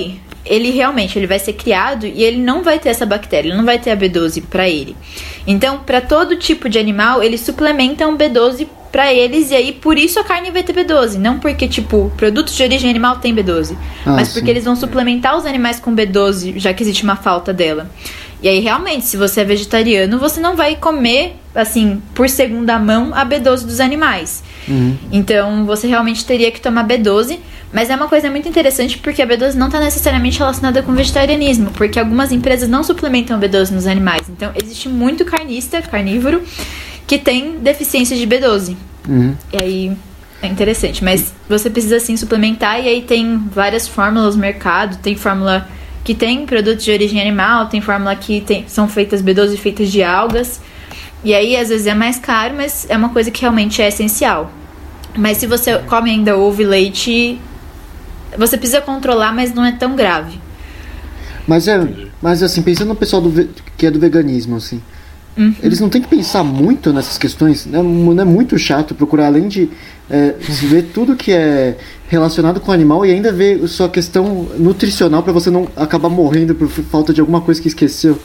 ele realmente vai ser criado e ele não vai ter essa bactéria, ele não vai ter a B12 pra ele. Então, pra todo tipo de animal, eles suplementam B12 pra eles, e aí por isso a carne vai ter B12. Não porque, tipo, produtos de origem animal tem B12, mas porque eles vão suplementar os animais com B12, já que existe uma falta dela. E aí, realmente, se você é vegetariano, você não vai comer, assim, por segunda mão, a B12 dos animais. Então, você realmente teria que tomar B12. Mas é uma coisa muito interessante porque a B12 não está necessariamente relacionada com vegetarianismo, porque algumas empresas não suplementam B12 nos animais. Então, existe muito carnívoro, que tem deficiência de B12. E aí, é interessante. Mas você precisa, sim, suplementar. E aí tem várias fórmulas no mercado. Tem fórmula que tem produtos de origem animal, tem fórmula que são feitas B12 feitas de algas. E aí, às vezes, é mais caro, mas é uma coisa que realmente é essencial. Mas se você come ainda ovo e leite, você precisa controlar, mas não é tão grave. Mas assim, pensando no pessoal que é do veganismo, assim, eles não têm que pensar muito nessas questões, né? Não é muito chato procurar, além de ver tudo que é relacionado com o animal e ainda ver sua questão nutricional pra você não acabar morrendo por falta de alguma coisa que esqueceu?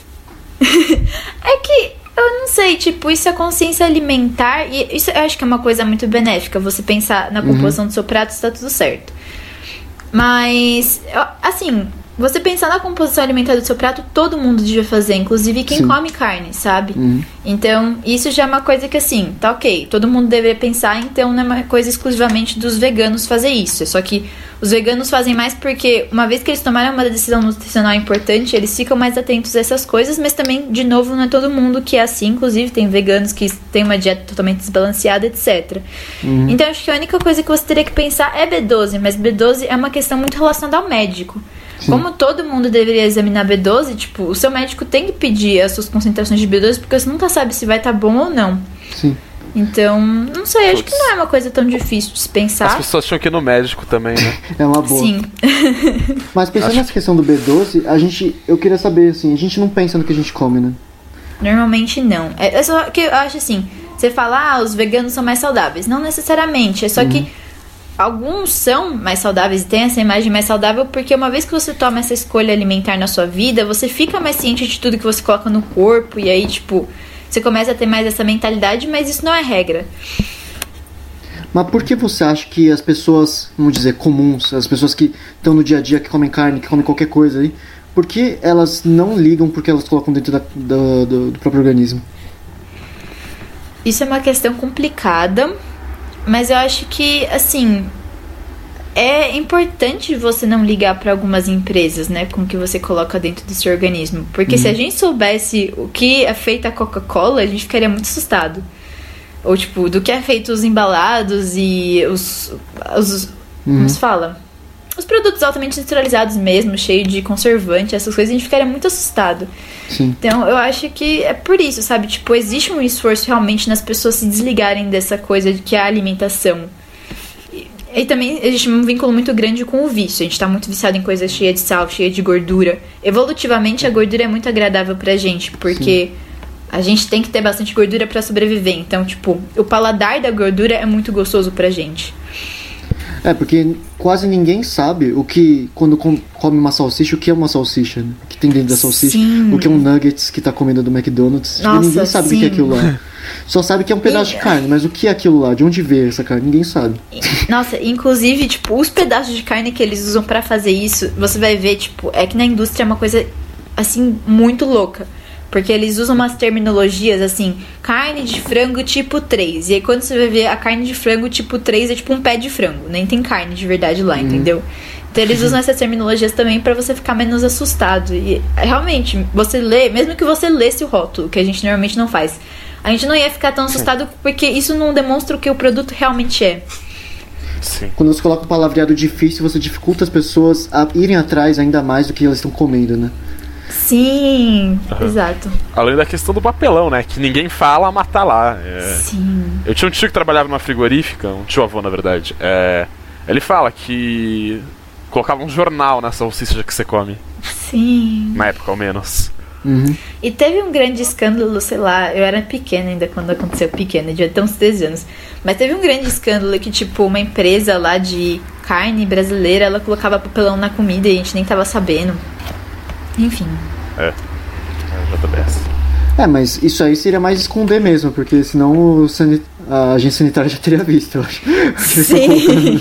É que eu não sei, tipo, isso é consciência alimentar, e isso eu acho que é uma coisa muito benéfica, você pensar na composição do seu prato, está tudo certo. Mas, assim, você pensar na composição alimentar do seu prato, todo mundo devia fazer, inclusive quem come carne, sabe? Então, isso já é uma coisa que, assim, tá ok, todo mundo deveria pensar, então não é uma coisa exclusivamente dos veganos fazer isso. Só que os veganos fazem mais porque, uma vez que eles tomaram uma decisão nutricional importante, eles ficam mais atentos a essas coisas, mas também, de novo, não é todo mundo que é assim, inclusive tem veganos que têm uma dieta totalmente desbalanceada, etc. Então, acho que a única coisa que você teria que pensar é B12, mas B12 é uma questão muito relacionada ao médico. Como todo mundo deveria examinar B12, tipo, o seu médico tem que pedir as suas concentrações de B12, porque você nunca sabe se vai estar bom ou não. Sim. Então, não sei, acho que não é uma coisa tão difícil de se pensar. As pessoas tinham que ir no médico também, né? É uma boa. Sim. Mas pensando nessa questão do B12, eu queria saber, assim, a gente não pensa no que a gente come, né? Normalmente não. É só que eu acho assim, você fala, os veganos são mais saudáveis. Não necessariamente, é só que alguns são mais saudáveis e têm essa imagem mais saudável porque uma vez que você toma essa escolha alimentar na sua vida, você fica mais ciente de tudo que você coloca no corpo e aí, tipo, você começa a ter mais essa mentalidade, mas isso não é regra. Mas por que você acha que as pessoas, vamos dizer, comuns, as pessoas que estão no dia a dia, que comem carne, que comem qualquer coisa aí, por que elas não ligam porque elas colocam dentro do próprio organismo? Isso é uma questão complicada, mas eu acho que, assim, é importante você não ligar para algumas empresas, né, com o que você coloca dentro do seu organismo. Porque se a gente soubesse o que é feita a Coca-Cola, a gente ficaria muito assustado. Ou, tipo, do que é feito os embalados e como se fala? Os produtos altamente industrializados mesmo, cheio de conservante, essas coisas, a gente ficaria muito assustado. Sim. Então, eu acho que é por isso, sabe? Tipo, existe um esforço realmente nas pessoas se desligarem dessa coisa de que é a alimentação. E também existe um vínculo muito grande com o vício. A gente tá muito viciado em coisas cheias de sal, cheia de gordura. Evolutivamente, a gordura é muito agradável pra gente, porque a gente tem que ter bastante gordura pra sobreviver. Então, tipo, o paladar da gordura é muito gostoso pra gente. É, porque quase ninguém sabe o que, quando come uma salsicha, o que é uma salsicha, né? O que tem dentro da salsicha, o que é um nuggets que tá comendo do McDonald's. Nossa, ninguém sabe o que é aquilo lá. Só sabe que é um pedaço de carne, mas o que é aquilo lá? De onde veio essa carne? Ninguém sabe. Nossa, inclusive, tipo, os pedaços de carne que eles usam pra fazer isso, você vai ver, tipo, é que na indústria é uma coisa, assim, muito louca. Porque eles usam umas terminologias assim, carne de frango tipo 3. E aí quando você vai ver a carne de frango tipo 3 é tipo um pé de frango. Nem tem carne de verdade lá, entendeu? Então eles usam essas terminologias também pra você ficar menos assustado. E realmente, você lê, mesmo que você lesse o rótulo, que a gente normalmente não faz, a gente não ia ficar tão assustado porque isso não demonstra o que o produto realmente é. Sim. Quando você coloca um palavreado difícil, você dificulta as pessoas a irem atrás ainda mais do que elas estão comendo, né? Sim, exato. Além da questão do papelão, né? Que ninguém fala, mas tá lá. Sim. Eu tinha um tio que trabalhava numa frigorífica, um tio-avô, na verdade. Ele fala que colocava um jornal na salsicha que você come. Sim. Na época, ao menos. E teve um grande escândalo, sei lá, eu era pequena ainda quando aconteceu, pequena, devia ter uns 13 anos. Mas teve um grande escândalo que, tipo, uma empresa lá de carne brasileira, ela colocava papelão na comida e a gente nem tava sabendo. Enfim. JBS. Mas isso aí seria mais esconder mesmo, porque senão a agência sanitária já teria visto, eu acho. Sim.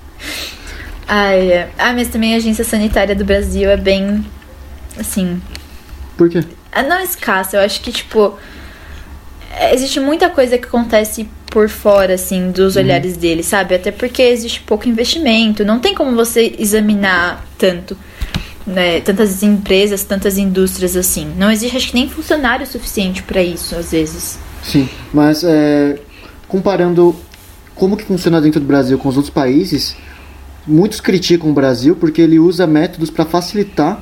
Mas também a agência sanitária do Brasil é bem, assim... Por quê? Não escassa, eu acho que, tipo... Existe muita coisa que acontece por fora, assim, dos olhares deles, sabe? Até porque existe pouco investimento, não tem como você examinar tanto, né? Tantas empresas, tantas indústrias, assim. Não existe, acho que nem funcionário suficiente pra isso, às vezes. Sim, mas comparando como que funciona dentro do Brasil com os outros países, muitos criticam o Brasil porque ele usa métodos para facilitar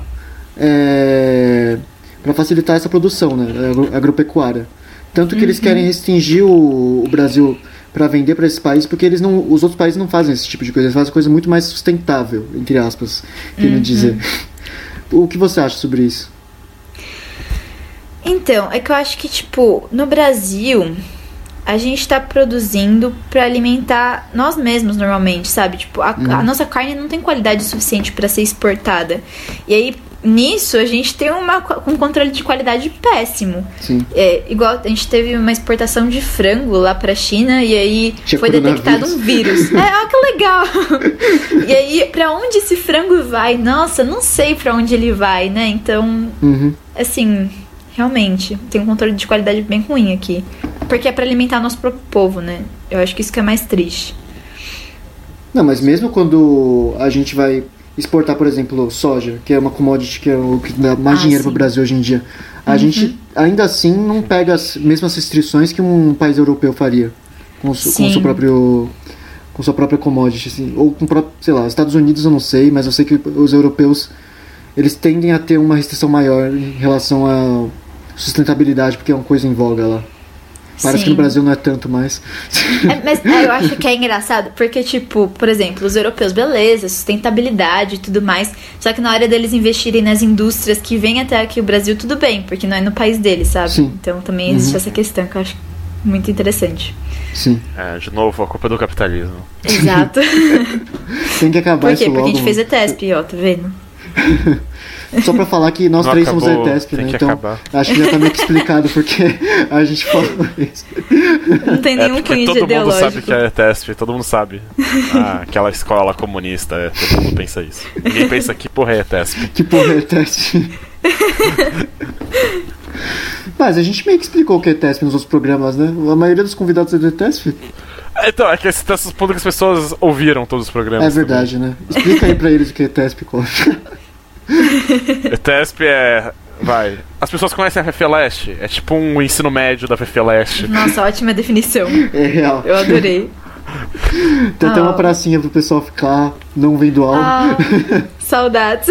essa produção, né, agropecuária. Tanto que eles querem restringir o Brasil para vender para esses países, porque os outros países não fazem esse tipo de coisa, eles fazem coisa muito mais sustentável, entre aspas, querendo dizer. O que você acha sobre isso? Então, é que eu acho que, tipo, no Brasil, a gente tá produzindo pra alimentar nós mesmos normalmente, sabe? Tipo, a nossa carne não tem qualidade suficiente pra ser exportada. E aí, nisso, a gente tem um controle de qualidade péssimo. Sim. Igual a gente teve uma exportação de frango lá pra China e aí foi detectado um vírus. Que legal! E aí, pra onde esse frango vai? Nossa, não sei pra onde ele vai, né? Então, assim, realmente, tem um controle de qualidade bem ruim aqui. Porque é pra alimentar nosso próprio povo, né? Eu acho que isso que é mais triste. Não, mas mesmo quando a gente vai exportar, por exemplo, soja, que é uma commodity que é o que dá mais dinheiro para o Brasil hoje em dia, a gente ainda assim não pega as mesmas restrições que um país europeu faria com sua própria commodity, assim, ou com, sei lá, Estados Unidos eu não sei, mas eu sei que os europeus eles tendem a ter uma restrição maior em relação à sustentabilidade, porque é uma coisa em voga lá. Parece que no Brasil não é tanto mais. Mas eu acho que é engraçado, porque, tipo, por exemplo, os europeus, beleza, sustentabilidade e tudo mais, só que na hora deles investirem nas indústrias que vêm até aqui o Brasil, tudo bem, porque não é no país deles, sabe? Sim. Então também existe essa questão que eu acho muito interessante. Sim. De novo, a culpa é do capitalismo. Exato. Tem que acabar isso logo. Porque a gente fez ETESP, ó, tá vendo? Só pra falar que nós três somos ETESP, né? Então acabar. Acho que já tá meio que explicado porque a gente falou isso. Não tem nenhum cunho de ideológico. Todo mundo sabe que é ETESP, todo mundo sabe. Aquela escola comunista, todo mundo pensa isso. Ninguém pensa que porra é ETESP. Que porra é ETESP? Mas a gente meio que explicou o que é ETESP nos outros programas, né? A maioria dos convidados é do ETESP. Então, é que você tá supondo que as pessoas ouviram todos os programas. É verdade, também, né? Explica aí pra eles o que é ETESP, Coffee. ETESP as pessoas conhecem a FEFELESTE? É tipo um ensino médio da FEFELESTE. Nossa, ótima definição. É real. Eu adorei. Tem até uma pracinha pro pessoal ficar não vendo aula. Saudades.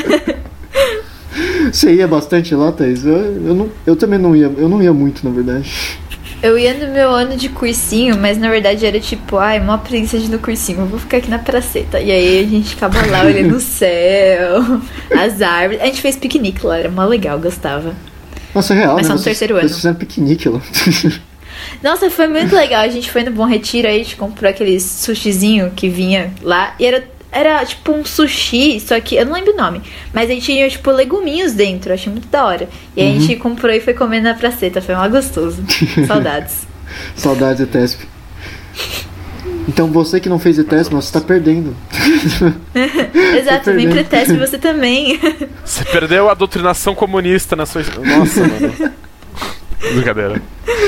Você ia bastante lá, Thaís? Eu também não ia. Eu não ia muito, na verdade. Eu ia no meu ano de cursinho, mas na verdade era tipo, mó preguiça de ir no cursinho, eu vou ficar aqui na praceta. E aí a gente ficava lá olhando o céu, as árvores. A gente fez piquenique lá, era mó legal, gostava. Nossa, é real, mas né? só no terceiro ano. Vocês fizeram piquenique lá. Nossa, foi muito legal. A gente foi no Bom Retiro, aí a gente comprou aquele sushizinho que vinha lá. E era tipo um sushi, só que eu não lembro o nome. Mas aí tinha tipo leguminhos dentro, eu achei muito da hora. E aí a gente comprou e foi comer na praceta, foi mó gostoso. Saudades. Saudades, ETESP. Então você que não fez ETESP, você tá perdendo. Exato, vem pro ETESP você também. Você perdeu a doutrinação comunista na sua... Nossa, mano. Brincadeira.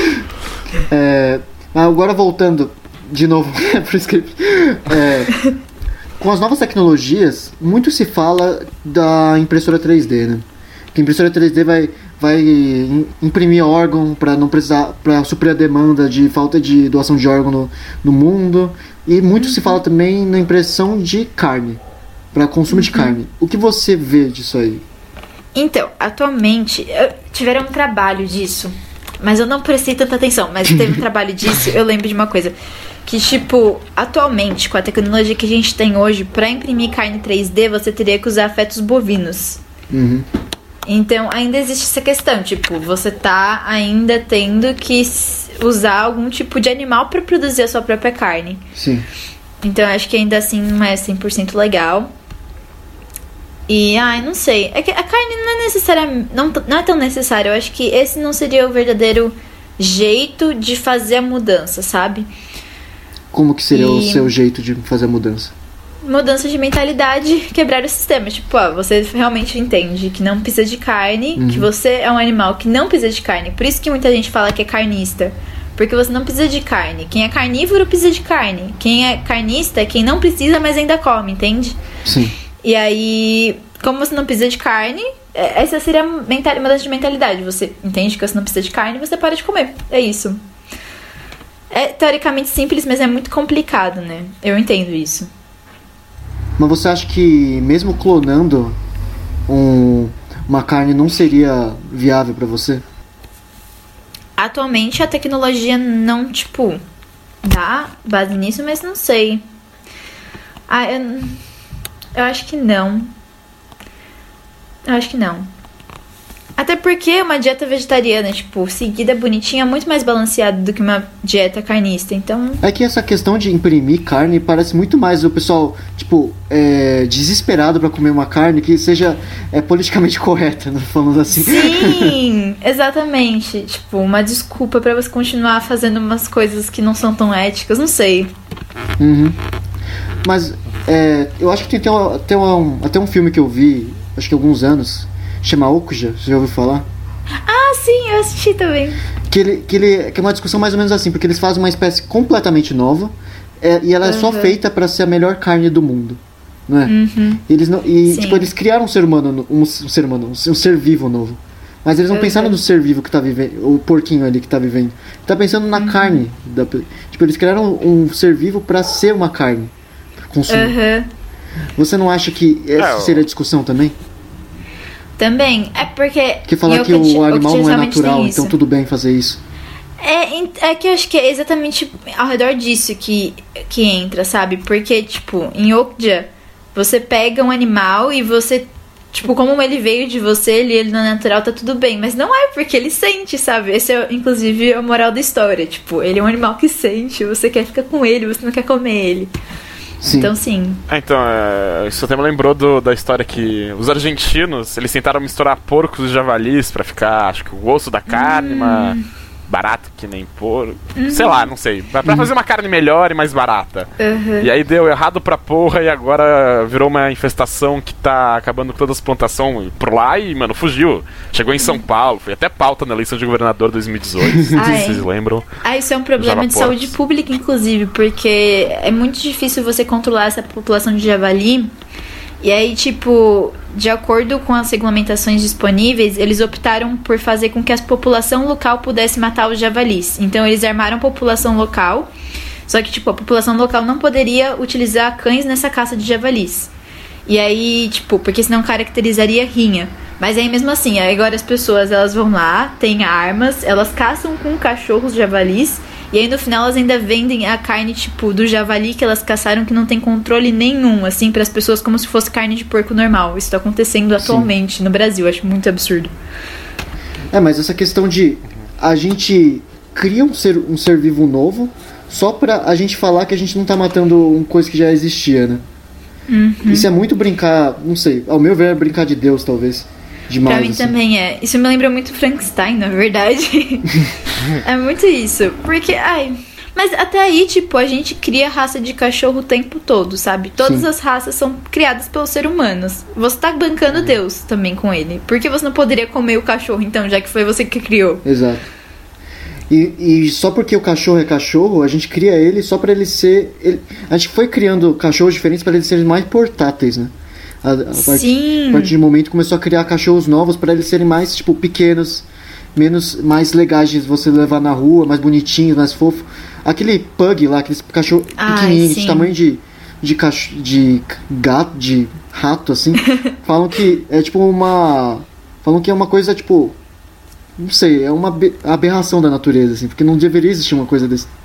Agora voltando de novo pro script. Com as novas tecnologias, muito se fala da impressora 3D, né? Que a impressora 3D vai imprimir órgão para não precisar, para suprir a demanda de falta de doação de órgão no mundo. E muito se fala também na impressão de carne, para consumo de carne. O que você vê disso aí? Então, atualmente, tiveram um trabalho disso, mas eu não prestei tanta atenção, mas teve um trabalho disso, eu lembro de uma coisa. Que, tipo, atualmente, com a tecnologia que a gente tem hoje, pra imprimir carne 3D, você teria que usar fetos bovinos. Então, ainda existe essa questão. Tipo, você tá ainda tendo que usar algum tipo de animal pra produzir a sua própria carne. Sim. Então acho que ainda assim não é 100% legal. E, não sei. É que a carne não é necessariamente. Não é tão necessário. Eu acho que esse não seria o verdadeiro jeito de fazer a mudança, sabe? Como que seria o seu jeito de fazer a mudança? Mudança de mentalidade, quebrar o sistema. Tipo, você realmente entende que não precisa de carne, que você é um animal que não precisa de carne. Por isso que muita gente fala que é carnista. Porque você não precisa de carne. Quem é carnívoro precisa de carne. Quem é carnista é quem não precisa, mas ainda come, entende? Sim. E aí, como você não precisa de carne, essa seria a mudança de mentalidade. Você entende que você não precisa de carne, você para de comer. É isso. É teoricamente simples, mas é muito complicado, né? Eu entendo isso. Mas você acha que mesmo clonando uma carne não seria viável pra você? Atualmente a tecnologia não, dá base nisso, mas não sei. Eu acho que não. Eu acho que não. Até porque uma dieta vegetariana, seguida bonitinha, é muito mais balanceada do que uma dieta carnista, então... É que essa questão de imprimir carne parece muito mais o pessoal, desesperado pra comer uma carne que seja politicamente correta, né? Falando assim. Sim, exatamente. Uma desculpa pra você continuar fazendo umas coisas que não são tão éticas, não sei. Uhum. Mas, eu acho que tem até um filme que eu vi, acho que há alguns anos... Chama Okja, você já ouviu falar? Ah, sim, eu assisti também. Que é uma discussão mais ou menos assim, porque eles fazem uma espécie completamente nova e ela é só feita pra ser a melhor carne do mundo, não é? Eles não, eles criaram um ser vivo novo, mas eles não pensaram no ser vivo que tá vivendo, o porquinho ali que tá vivendo. Tá pensando na carne. Eles criaram um ser vivo pra ser uma carne pra consumir. Você não acha que essa seria a discussão também? Também, é porque... Que falar que o animal não é natural, então tudo bem fazer isso. É que eu acho que é exatamente ao redor disso que entra, sabe? Porque, em Okja, você pega um animal e você... como ele veio de você, ele não é natural, tá tudo bem. Mas não é, porque ele sente, sabe? Esse é, inclusive, a moral da história. Ele é um animal que sente, você quer ficar com ele, você não quer comer ele. Sim. Então, sim. Isso até me lembrou da história que os argentinos, eles tentaram misturar porcos e javalis pra ficar, acho que o osso da carne, mas barato que nem porco. Sei lá, não sei. Pra fazer uma carne melhor e mais barata. E aí deu errado pra porra e agora virou uma infestação que tá acabando com todas as plantações por lá e, mano, fugiu. Chegou em São Paulo, foi até pauta na eleição de governador 2018, não sei se vocês lembram. Isso é um problema de saúde pública, inclusive, porque é muito difícil você controlar essa população de javali. E aí, de acordo com as regulamentações disponíveis, eles optaram por fazer com que a população local pudesse matar os javalis. Então, eles armaram a população local, só que, a população local não poderia utilizar cães nessa caça de javalis. E aí, porque senão caracterizaria rinha. Mas aí, mesmo assim, agora as pessoas, elas vão lá, têm armas, elas caçam com cachorros javalis, e aí no final elas ainda vendem a carne, do javali que elas caçaram, que não tem controle nenhum, assim, para as pessoas, como se fosse carne de porco normal. Isso tá acontecendo atualmente no Brasil, acho muito absurdo. Mas essa questão de a gente cria um ser vivo novo só pra a gente falar que a gente não tá matando uma coisa que já existia, né? Isso é muito brincar, não sei, ao meu ver é brincar de Deus, talvez. Demais, pra mim também é. Isso me lembra muito Frankenstein, na verdade. É muito isso. Porque, mas até aí, a gente cria raça de cachorro o tempo todo, sabe? Todas as raças são criadas pelos seres humanos. Você tá bancando Deus também com ele. Por que você não poderia comer o cachorro, então, já que foi você que criou? Exato. E só porque o cachorro é cachorro, a gente cria ele só pra ele ser... a gente foi criando cachorros diferentes pra eles serem mais portáteis, né? A partir do momento começou a criar cachorros novos para eles serem mais, pequenos, mais legais de você levar na rua, mais bonitinhos, mais fofo. Aquele pug lá, aquele cachorro pequenininho, de tamanho de gato, de rato, assim, falam que é falam que é uma coisa, não sei, é uma aberração da natureza, assim, porque não deveria existir uma coisa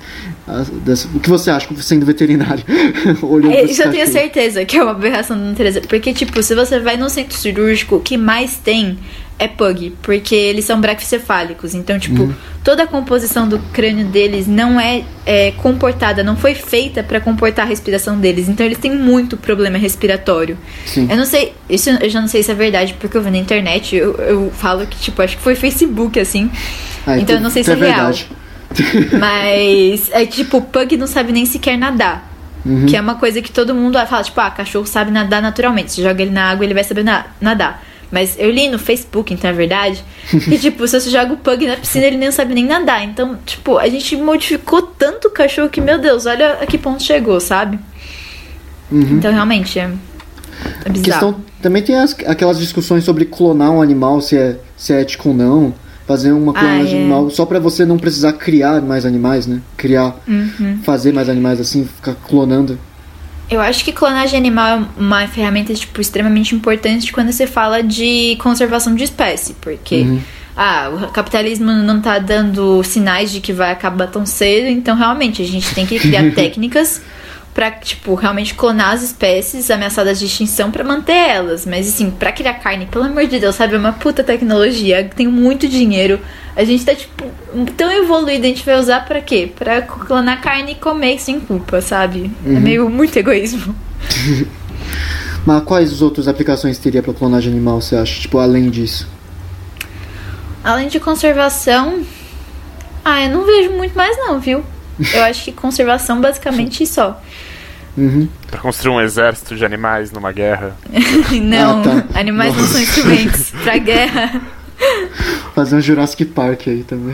O que você acha sendo veterinário? Olhando pra esse Isso eu tenho cachorro. certeza que é uma aberração da natureza. Porque, tipo, se você vai num centro cirúrgico, o que mais tem é pug. Porque eles são braquicefálicos. Então, tipo, toda a composição do crânio deles não é comportada, não foi feita pra comportar a respiração deles. Então, eles têm muito problema respiratório. Sim. Eu não sei, isso eu já não sei se é verdade, porque eu vi na internet, eu falo que, tipo, acho que foi Facebook, assim. Então eu não sei se é real. Verdade. Mas é tipo, pug não sabe nem sequer nadar. Que é uma coisa que todo mundo fala, tipo, cachorro sabe nadar naturalmente. Você joga ele na água, ele vai saber nadar. Mas eu li no Facebook, então é verdade, que tipo, se você joga o pug na piscina, ele não sabe nem nadar. Então, tipo, a gente modificou tanto o cachorro que, meu Deus, olha a que ponto chegou, sabe? Então realmente é bizarro. Questão, também tem aquelas discussões sobre clonar um animal, se é ético ou não. Fazer uma clonagem de animal só pra você não precisar criar mais animais, né? Fazer mais animais assim, ficar clonando. Eu acho que clonagem animal é uma ferramenta, tipo, extremamente importante quando você fala de conservação de espécie. Porque, o capitalismo não tá dando sinais de que vai acabar tão cedo. Então, realmente, a gente tem que criar técnicas pra, tipo, realmente clonar as espécies ameaçadas de extinção pra manter elas. Mas, assim, pra criar carne, pelo amor de Deus, sabe? É uma puta tecnologia, tem muito dinheiro. A gente tá, tipo, tão evoluído, a gente vai usar pra quê? Pra clonar carne e comer sem culpa, sabe? É meio muito egoísmo. Mas quais outras aplicações teria pra clonagem animal, você acha? Tipo, além disso? Além de conservação... eu não vejo muito mais não, viu? Eu acho que conservação basicamente só. Pra construir um exército de animais numa guerra. Não, tá. animais não são instrumentos pra guerra. Fazer um Jurassic Park aí também.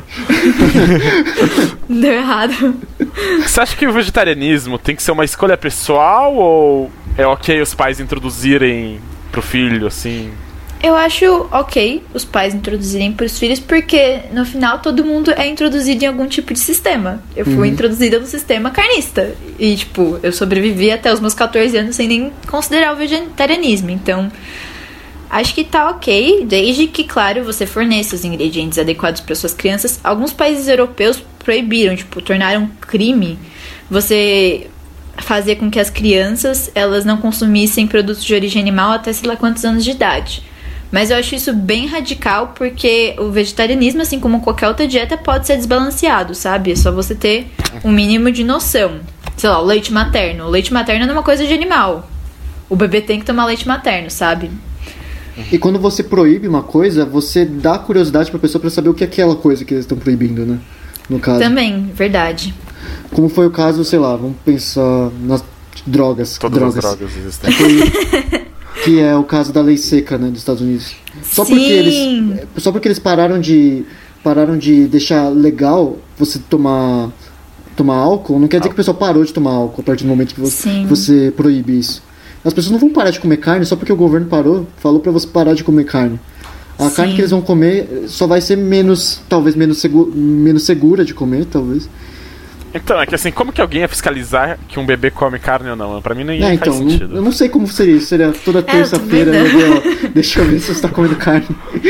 Deu errado. Você acha que o vegetarianismo tem que ser uma escolha pessoal ou é ok os pais introduzirem pro filho, assim? Eu acho ok os pais introduzirem pros filhos, porque no final todo mundo é introduzido em algum tipo de sistema. Eu fui introduzida no sistema carnista. E, tipo, eu sobrevivi até os meus 14 anos sem nem considerar o vegetarianismo. Então, acho que tá ok, desde que, claro, você forneça os ingredientes adequados para suas crianças. Alguns países europeus proibiram, tipo, tornaram crime você fazer com que as crianças elas não consumissem produtos de origem animal até sei lá quantos anos de idade. Mas eu acho isso bem radical, porque o vegetarianismo, assim como qualquer outra dieta, pode ser desbalanceado, sabe? É só você ter um mínimo de noção. Sei lá, o leite materno. O leite materno não é uma coisa de animal. O bebê tem que tomar leite materno, sabe? E quando você proíbe uma coisa, você dá curiosidade pra pessoa pra saber o que é aquela coisa que eles estão proibindo, né? No caso. Também, verdade. Como foi o caso, sei lá, vamos pensar nas drogas. Todas as drogas existem. Que é o caso da lei seca, né, dos Estados Unidos. Só porque eles pararam de deixar legal você tomar álcool, não quer dizer que o pessoal parou de tomar álcool a partir do momento que você proíbe isso. As pessoas não vão parar de comer carne só porque o governo falou pra você parar de comer carne. A carne que eles vão comer só vai ser menos segura de comer, talvez. Então, é que assim, como que alguém ia fiscalizar que um bebê come carne ou não? Pra mim nem faz sentido. Eu não sei como seria isso. Seria toda terça-feira, deixa eu ver se você tá comendo carne.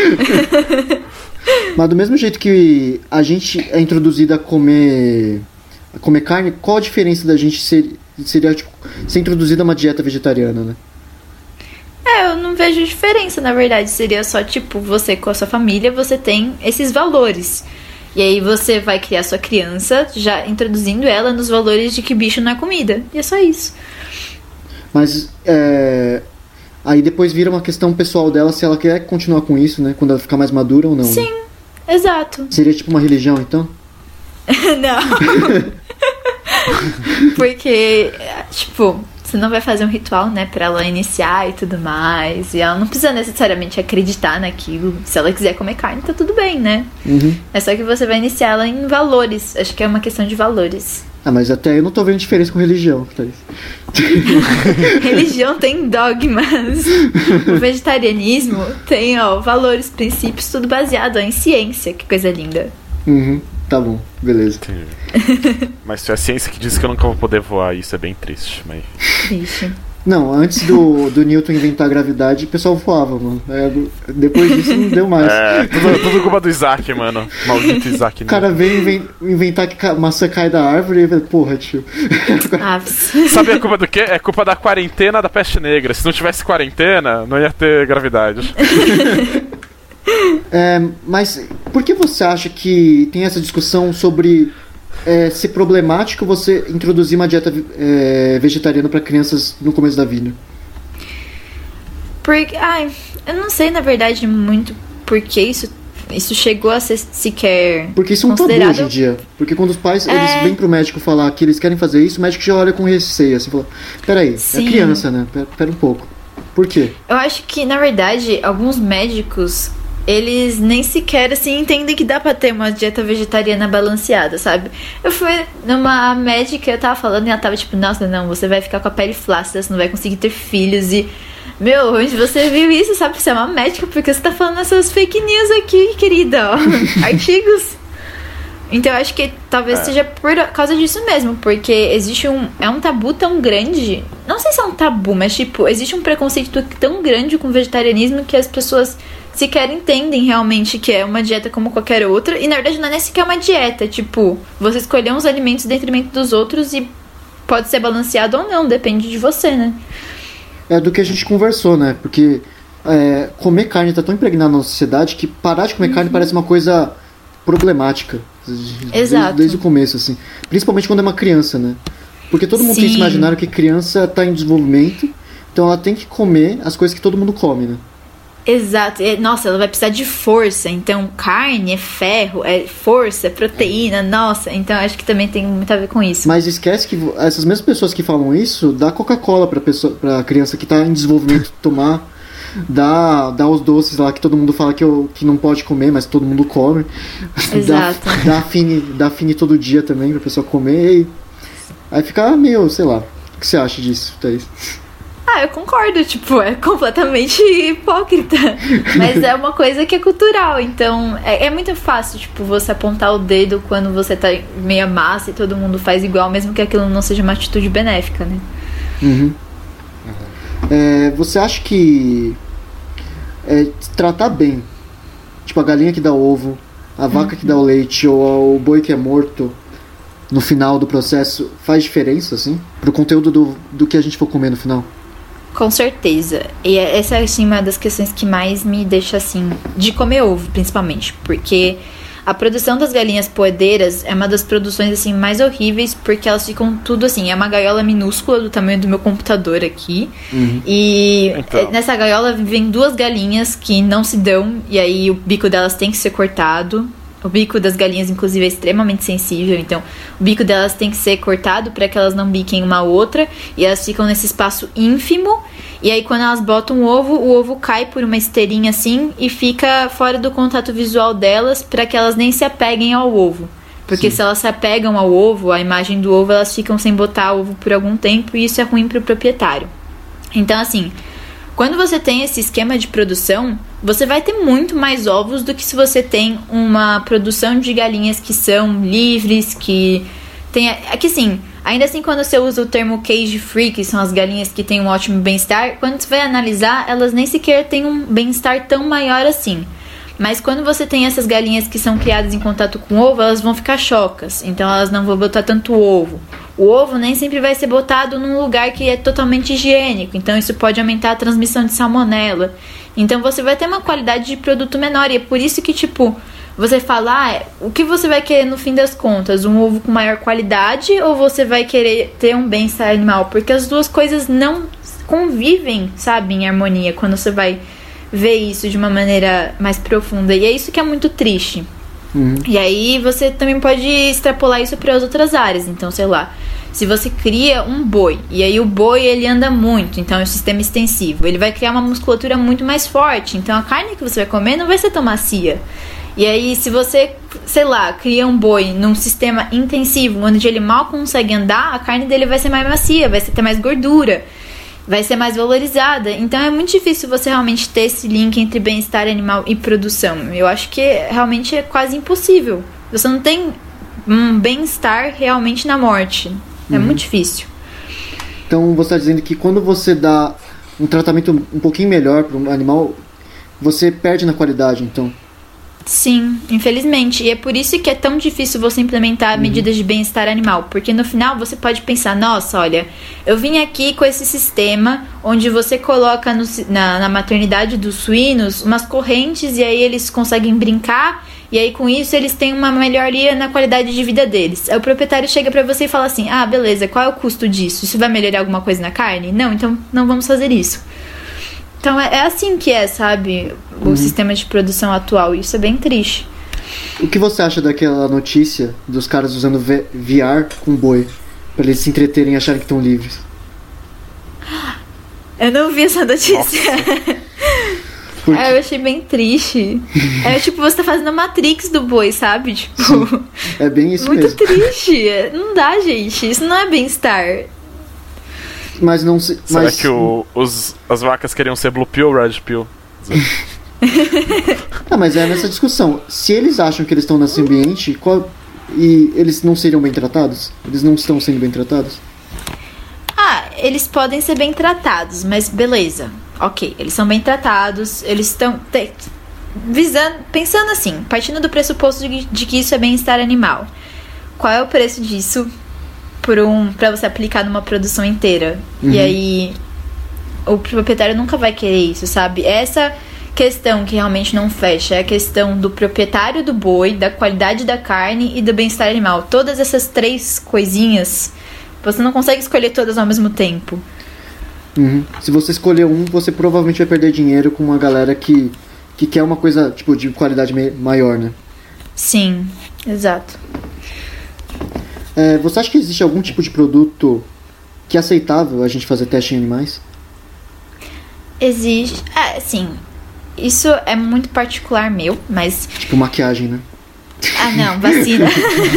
Mas do mesmo jeito que a gente é introduzido a comer carne, qual a diferença da gente seria tipo, ser introduzido a uma dieta vegetariana, né? Eu não vejo diferença, na verdade. Seria só, tipo, você com a sua família, você tem esses valores. E aí você vai criar sua criança já introduzindo ela nos valores de que bicho não é comida. E é só isso. Mas aí depois vira uma questão pessoal dela se ela quer continuar com isso, né? Quando ela ficar mais madura ou não. Sim, né? Exato. Seria tipo uma religião, então? Não. Porque, tipo, você não vai fazer um ritual, né, pra ela iniciar e tudo mais. E ela não precisa necessariamente acreditar naquilo. Se ela quiser comer carne, tá tudo bem, né? É só que você vai iniciar ela em valores. Acho que é uma questão de valores. Mas até eu não tô vendo diferença com religião, Thaís. Religião tem dogmas. O vegetarianismo tem, valores, princípios, tudo baseado em ciência. Que coisa linda. Tá bom, beleza. Mas se é a ciência que diz que eu nunca vou poder voar, isso é bem triste. Mas... Triste. Não, antes do Newton inventar a gravidade, o pessoal voava, mano. Depois disso não deu mais. Tudo culpa do Isaac, mano. Maldito Isaac. O cara veio inventar que maçã cai da árvore e porra, tio. Sabe a culpa do quê? É culpa da quarentena da peste negra. Se não tivesse quarentena, não ia ter gravidade. Mas por que você acha que tem essa discussão sobre ser problemático você introduzir uma dieta vegetariana para crianças no começo da vida? Porque, eu não sei na verdade muito porque isso chegou a ser sequer porque isso é um tabu hoje em dia. Porque quando os pais eles vêm pro médico falar que eles querem fazer isso, o médico já olha com receio, assim, fala, peraí, Sim. É criança, né? Pera um pouco. Por quê? Eu acho que, na verdade, alguns médicos, eles nem sequer, assim, entendem que dá pra ter uma dieta vegetariana balanceada, sabe? Eu fui numa médica, eu tava falando e ela tava tipo, nossa, não, você vai ficar com a pele flácida, você não vai conseguir ter filhos e... Meu, onde você viu isso, sabe? Você é uma médica, porque você tá falando essas fake news aqui, querida, ó. Artigos. Então eu acho que talvez seja por causa disso mesmo, porque existe é um tabu tão grande, não sei se é um tabu, mas tipo, existe um preconceito tão grande com o vegetarianismo que as pessoas sequer entendem realmente que é uma dieta como qualquer outra, e na verdade não é nem sequer uma dieta, tipo, você escolher uns alimentos em detrimento dos outros e pode ser balanceado ou não, depende de você, né? É do que a gente conversou, né? Porque comer carne tá tão impregnado na sociedade que parar de comer carne parece uma coisa problemática. Exato. Desde o começo, assim. Principalmente quando é uma criança, né? Porque todo mundo tem esse imaginário que criança tá em desenvolvimento, então ela tem que comer as coisas que todo mundo come, né? Exato. Nossa, ela vai precisar de força. Então, carne é ferro, é força, é proteína. Nossa, então acho que também tem muito a ver com isso. Mas esquece que essas mesmas pessoas que falam isso, dá Coca-Cola pra criança que tá em desenvolvimento tomar. Dá os doces lá que todo mundo fala que não pode comer, mas todo mundo come. Exato. Dá fine todo dia também pra pessoa comer. E aí fica meio, sei lá. O que você acha disso, Thaís? Eu concordo, tipo, é completamente hipócrita. Mas é uma coisa que é cultural, então é muito fácil, tipo, você apontar o dedo quando você tá meio massa e todo mundo faz igual, mesmo que aquilo não seja uma atitude benéfica, né? Uhum. Você acha que tratar bem, tipo, a galinha que dá ovo, a vaca que dá o leite ou o boi que é morto no final do processo faz diferença, assim? Pro conteúdo do que a gente for comer no final? Com certeza. E essa é, assim, uma das questões que mais me deixa, assim, de comer ovo, principalmente. Porque a produção das galinhas poedeiras é uma das produções, assim, mais horríveis, porque elas ficam tudo, assim, é uma gaiola minúscula do tamanho do meu computador aqui. Uhum. E então, nessa gaiola vivem 2 galinhas que não se dão, e aí o bico delas tem que ser cortado. O bico das galinhas, inclusive, é extremamente sensível, então o bico delas tem que ser cortado para que elas não biquem uma outra, e elas ficam nesse espaço ínfimo, e aí quando elas botam o ovo cai por uma esteirinha assim e fica fora do contato visual delas para que elas nem se apeguem ao ovo. Porque se elas se apegam ao ovo, a imagem do ovo, elas ficam sem botar ovo por algum tempo, e isso é ruim para o proprietário. Então, assim, quando você tem esse esquema de produção, você vai ter muito mais ovos do que se você tem uma produção de galinhas que são livres, que tem... Aqui sim, ainda assim quando você usa o termo cage free, que são as galinhas que têm um ótimo bem-estar, quando você vai analisar, elas nem sequer têm um bem-estar tão maior assim. Mas quando você tem essas galinhas que são criadas em contato com o ovo, elas vão ficar chocas, então elas não vão botar tanto ovo. O ovo nem sempre vai ser botado num lugar que é totalmente higiênico, então isso pode aumentar a transmissão de salmonela. Então você vai ter uma qualidade de produto menor, e é por isso que, tipo, você fala, o que você vai querer no fim das contas? Um ovo com maior qualidade ou você vai querer ter um bem-estar animal? Porque as duas coisas não convivem, sabe, em harmonia, quando você vai ver isso de uma maneira mais profunda. E é isso que é muito triste. Uhum. E aí você também pode extrapolar isso para as outras áreas. Então, sei lá, se você cria um boi, e aí o boi ele anda muito, então é um sistema extensivo, ele vai criar uma musculatura muito mais forte, então a carne que você vai comer não vai ser tão macia. E aí se você, sei lá, cria um boi num sistema intensivo, onde ele mal consegue andar, a carne dele vai ser mais macia, vai ter mais gordura, vai ser mais valorizada. Então é muito difícil você realmente ter esse link entre bem-estar animal e produção. Eu acho que realmente é quase impossível. Você não tem um bem-estar realmente na morte. É muito difícil. Então você está dizendo que quando você dá um tratamento um pouquinho melhor para um animal, você perde na qualidade, então. Sim, infelizmente. E é por isso que é tão difícil você implementar medidas de bem-estar animal. Porque no final você pode pensar, nossa, olha, eu vim aqui com esse sistema onde você coloca na maternidade dos suínos umas correntes e aí eles conseguem brincar e aí com isso eles têm uma melhoria na qualidade de vida deles. Aí o proprietário chega pra você e fala assim, ah, beleza, qual é o custo disso? Isso vai melhorar alguma coisa na carne? Não, então não vamos fazer isso. Então é assim que é, sabe, o sistema de produção atual, e isso é bem triste. O que você acha daquela notícia dos caras usando VR com boi, pra eles se entreterem e acharem que estão livres? Eu não vi essa notícia. Eu achei bem triste. É tipo, você tá fazendo a Matrix do boi, sabe? Tipo, é bem isso muito mesmo. Muito triste. Não dá, gente. Isso não é bem-estar. Mas não se... Será que as vacas queriam ser Blue Pill ou Red Pill? Mas é nessa discussão. Se eles acham que eles estão nesse ambiente, e eles não seriam bem tratados? Eles não estão sendo bem tratados? Eles podem ser bem tratados, mas beleza. Ok, eles são bem tratados, eles estão pensando assim, partindo do pressuposto de que isso é bem-estar animal. Qual é o preço disso pra você aplicar numa produção inteira? E aí o proprietário nunca vai querer isso, sabe? Essa questão que realmente não fecha é a questão do proprietário do boi, da qualidade da carne e do bem-estar animal. Todas essas três coisinhas, você não consegue escolher todas ao mesmo tempo. Se você escolher um, você provavelmente vai perder dinheiro com uma galera que quer uma coisa tipo de qualidade maior, né? Sim, exato. Você acha que existe algum tipo de produto que é aceitável a gente fazer teste em animais? Existe. Sim. Isso é muito particular meu, mas... Tipo maquiagem, né? Não, vacina.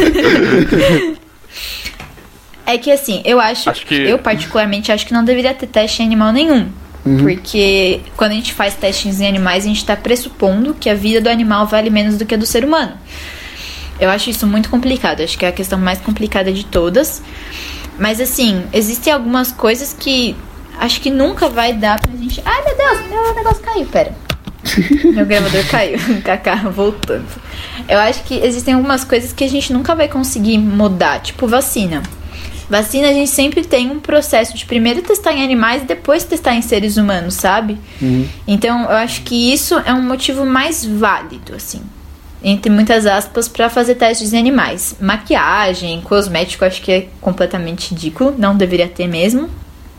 É que assim, eu particularmente acho que não deveria ter teste em animal nenhum. Porque quando a gente faz testes em animais, a gente tá pressupondo que a vida do animal vale menos do que a do ser humano. Eu acho isso muito complicado, acho que é a questão mais complicada de todas. Mas assim, existem algumas coisas que acho que nunca vai dar pra gente... Ai, meu Deus, meu negócio caiu, pera. Meu gravador caiu, Kaká voltando. Eu acho que existem algumas coisas que a gente nunca vai conseguir mudar, tipo vacina. Vacina a gente sempre tem um processo de primeiro testar em animais e depois testar em seres humanos, sabe? Então eu acho que isso é um motivo mais válido, assim, entre muitas aspas, pra fazer testes em animais. Maquiagem, cosmético, acho que é completamente ridículo, não deveria ter mesmo.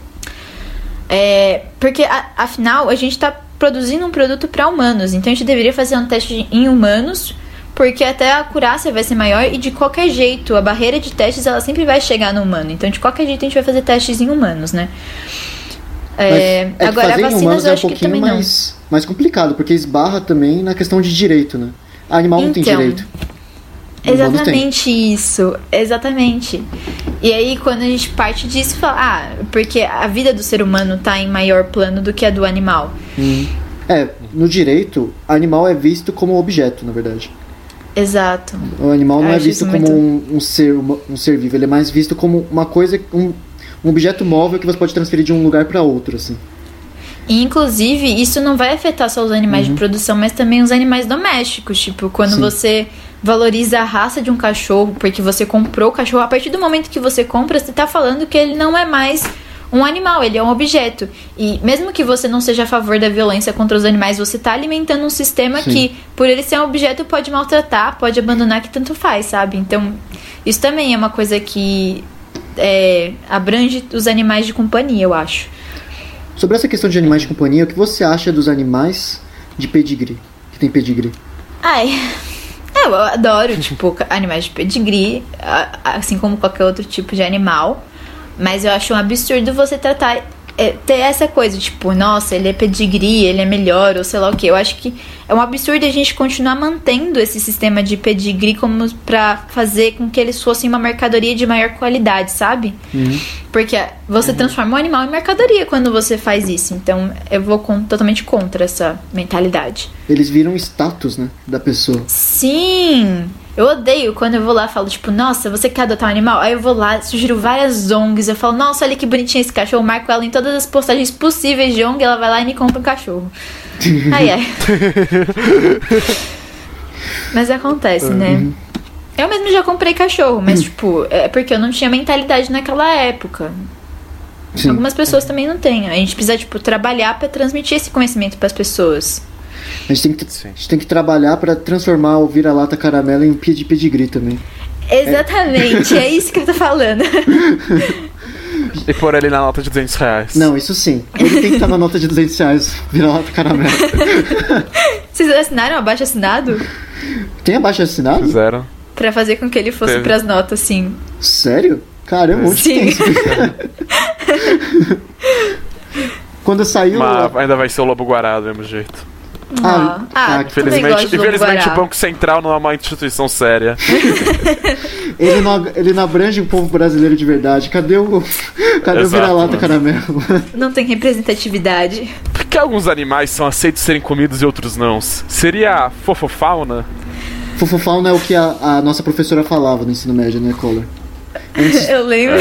Porque afinal a gente tá produzindo um produto para humanos, então a gente deveria fazer um teste em humanos, porque até a acurácia vai ser maior e de qualquer jeito a barreira de testes ela sempre vai chegar no humano, então de qualquer jeito a gente vai fazer testes em humanos, né? Agora fazer vacinas em humanos eu é um acho que pouquinho também mais complicado, porque esbarra também na questão de direito, né? Animal não tem direito. Exatamente isso, exatamente. E aí quando a gente parte disso, fala, porque a vida do ser humano tá em maior plano do que a do animal. No direito, animal é visto como objeto, na verdade. Exato. O animal não é visto como um ser vivo, ele é mais visto como uma coisa, um objeto móvel que você pode transferir de um lugar para outro, assim. E, inclusive, isso não vai afetar só os animais de produção, mas também os animais domésticos. Tipo, quando você valoriza a raça de um cachorro, porque você comprou o cachorro, a partir do momento que você compra, você tá falando que ele não é mais um animal, ele é um objeto. E mesmo que você não seja a favor da violência contra os animais, você tá alimentando um sistema que, por ele ser um objeto, pode maltratar, pode abandonar, que tanto faz, sabe? Então, isso também é uma coisa que abrange os animais de companhia, eu acho. Sobre essa questão de animais de companhia, o que você acha dos animais de pedigree, que tem pedigree? Eu adoro, tipo, animais de pedigree, assim como qualquer outro tipo de animal. Mas eu acho um absurdo você tratar... ter essa coisa, tipo, nossa, ele é pedigree, ele é melhor, ou sei lá o que. Eu acho que é um absurdo a gente continuar mantendo esse sistema de pedigree como pra fazer com que eles fossem uma mercadoria de maior qualidade, sabe? Porque você transforma o animal em mercadoria quando você faz isso. Então eu vou totalmente contra essa mentalidade. Eles viram status, né, da pessoa. Sim! Eu odeio quando eu vou lá e falo, tipo, nossa, você quer adotar um animal? Aí eu vou lá, sugiro várias ONGs, eu falo, nossa, olha que bonitinho esse cachorro, marco ela em todas as postagens possíveis de ONG, ela vai lá e me compra um cachorro. Ai. Mas acontece, né? Eu mesmo já comprei cachorro, mas, tipo, é porque eu não tinha mentalidade naquela época. Sim. Algumas pessoas também não têm. A gente precisa, tipo, trabalhar pra transmitir esse conhecimento pras pessoas. A gente tem que trabalhar pra transformar o vira-lata caramelo em pia de pedigree também. Exatamente, é isso que eu tô falando. E pôr ele na nota de R$200. Não, isso sim. Ele tem que estar na nota de R$200, vira-lata caramelo. Vocês assinaram abaixo assinado? Tem abaixo assinado? Fizeram. Pra fazer com que ele fosse Teve. pras notas, sim. Sério? Caramba, onde Sim. tem isso? Quando saiu... Mas ainda vai ser o Lobo Guará do mesmo jeito. Também gosto de Lobo Infelizmente Guará. o Banco Central não é uma instituição séria. Ele não abrange o povo brasileiro de verdade. Cadê o Exato, vira-lata mano. caramelo? Não tem representatividade. Por que alguns animais são aceitos serem comidos e outros não? Seria a fofofauna? Fofofauna é o que a nossa professora falava no ensino médio, né, Collor? Eu lembro.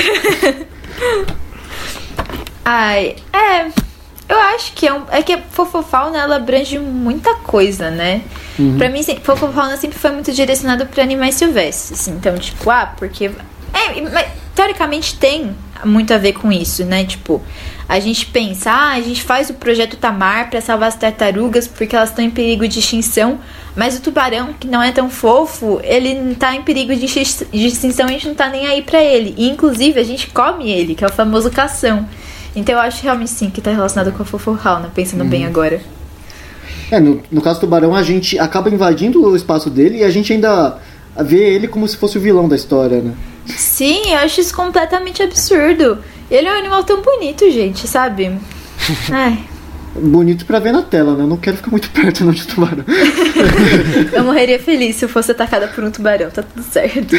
Ai, eu acho que é que a fofofauna, ela abrange muita coisa, né? Pra mim, fofofauna sempre foi muito direcionado pra animais silvestres, assim. Então, tipo, porque... mas, teoricamente tem muito a ver com isso, né? Tipo, a gente pensa, a gente faz o projeto Tamar pra salvar as tartarugas porque elas estão em perigo de extinção, mas o tubarão, que não é tão fofo, ele tá em perigo de extinção e a gente não tá nem aí pra ele. E, inclusive, a gente come ele, que é o famoso cação. Então eu acho realmente sim que tá relacionado com a fofofauna, pensando bem agora. No caso do tubarão, a gente acaba invadindo o espaço dele e a gente ainda vê ele como se fosse o vilão da história, né? Sim, eu acho isso completamente absurdo. Ele é um animal tão bonito, gente, sabe? Ai, Bonito pra ver na tela, né? Eu não quero ficar muito perto não, de tubarão. eu morreria feliz se eu fosse atacada por um tubarão, tá tudo certo.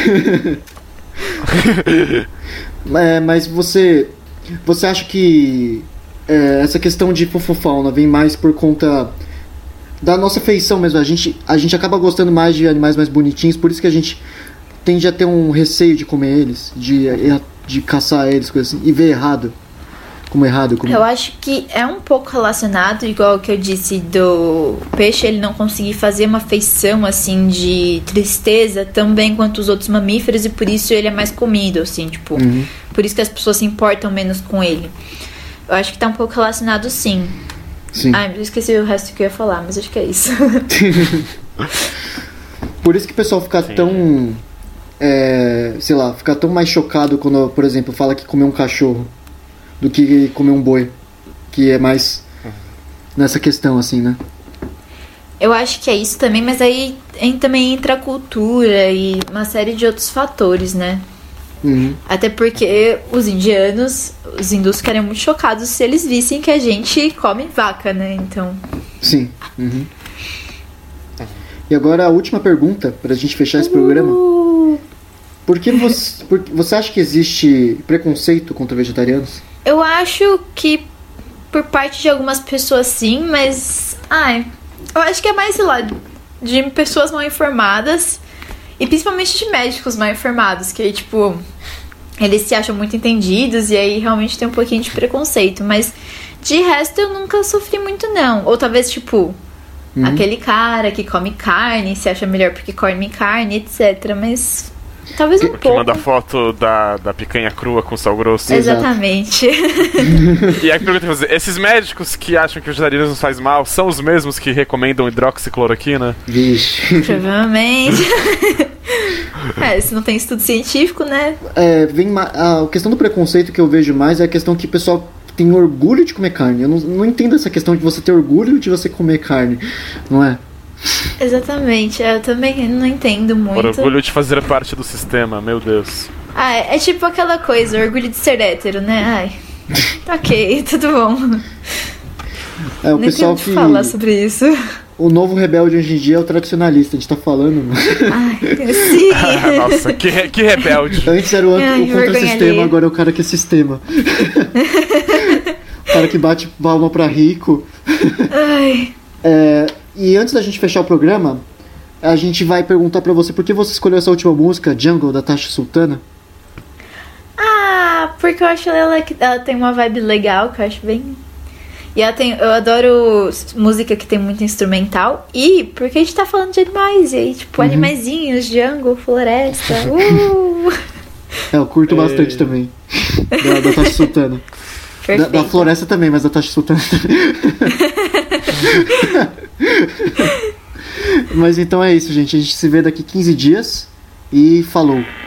Mas você acha que essa questão de fofofauna vem mais por conta da nossa feição mesmo? A gente acaba gostando mais de animais mais bonitinhos, por isso que a gente tende a ter um receio de comer eles, de caçar eles, coisas assim, e ver errado. Como errado. Eu acho que é um pouco relacionado, igual que eu disse do peixe, ele não conseguir fazer uma feição, assim, de tristeza tão bem quanto os outros mamíferos, e por isso ele é mais comido, assim, tipo... Por isso que as pessoas se importam menos com ele. Eu acho que tá um pouco relacionado, sim. Sim. Ai, eu esqueci o resto que eu ia falar, mas acho que é isso. Por isso que o pessoal fica tão... sei lá, fica tão mais chocado quando, por exemplo, fala que comeu um cachorro do que comer um boi, que é mais nessa questão, assim, né? Eu acho que é isso também, mas aí também entra a cultura e uma série de outros fatores, né? Até porque os hindus ficariam muito chocados se eles vissem que a gente come vaca, né? Então... Sim. E agora a última pergunta, pra gente fechar esse programa. Por que você acha que existe preconceito contra vegetarianos? Eu acho que por parte de algumas pessoas sim, mas... eu acho que é mais, sei lá, de pessoas mal informadas e principalmente de médicos mal informados, que aí, tipo, eles se acham muito entendidos e aí realmente tem um pouquinho de preconceito, mas de resto eu nunca sofri muito não. Ou talvez, tipo, aquele cara que come carne, se acha melhor porque come carne, etc, mas... Talvez um Que pouco. manda foto da picanha crua com sal grosso. Exatamente. E aí pergunta pra você, esses médicos que acham que o vegetarianismo faz mal são os mesmos que recomendam hidroxicloroquina? Vixe. Provavelmente. Se não tem estudo científico, né? A questão do preconceito que eu vejo mais é a questão que o pessoal tem orgulho de comer carne. Eu não entendo essa questão de você ter orgulho de você comer carne, não é? Exatamente, eu também não entendo muito. Orgulho de fazer parte do sistema, meu Deus. É tipo aquela coisa, orgulho de ser hétero, né? Ok, tudo bom. O Nem pessoal tenho que falar sobre isso. O novo rebelde hoje em dia é o tradicionalista, a gente tá falando. Sim. Nossa, que rebelde. Antes era o contra-sistema, agora é o cara que é sistema. O cara que bate palma pra rico. Ai. E antes da gente fechar o programa, a gente vai perguntar pra você por que você escolheu essa última música, Jungle, da Tasha Sultana. Ah, porque eu acho que ela tem uma vibe legal, que eu acho bem... E eu adoro música que tem muito instrumental. E porque a gente tá falando de animais. E aí, tipo, animaizinhos, jungle, floresta. Eu curto bastante também. Da Tasha Sultana. Da floresta também, mas da Tasha Sultana também. Mas então é isso, gente. A gente se vê daqui 15 dias. E falou.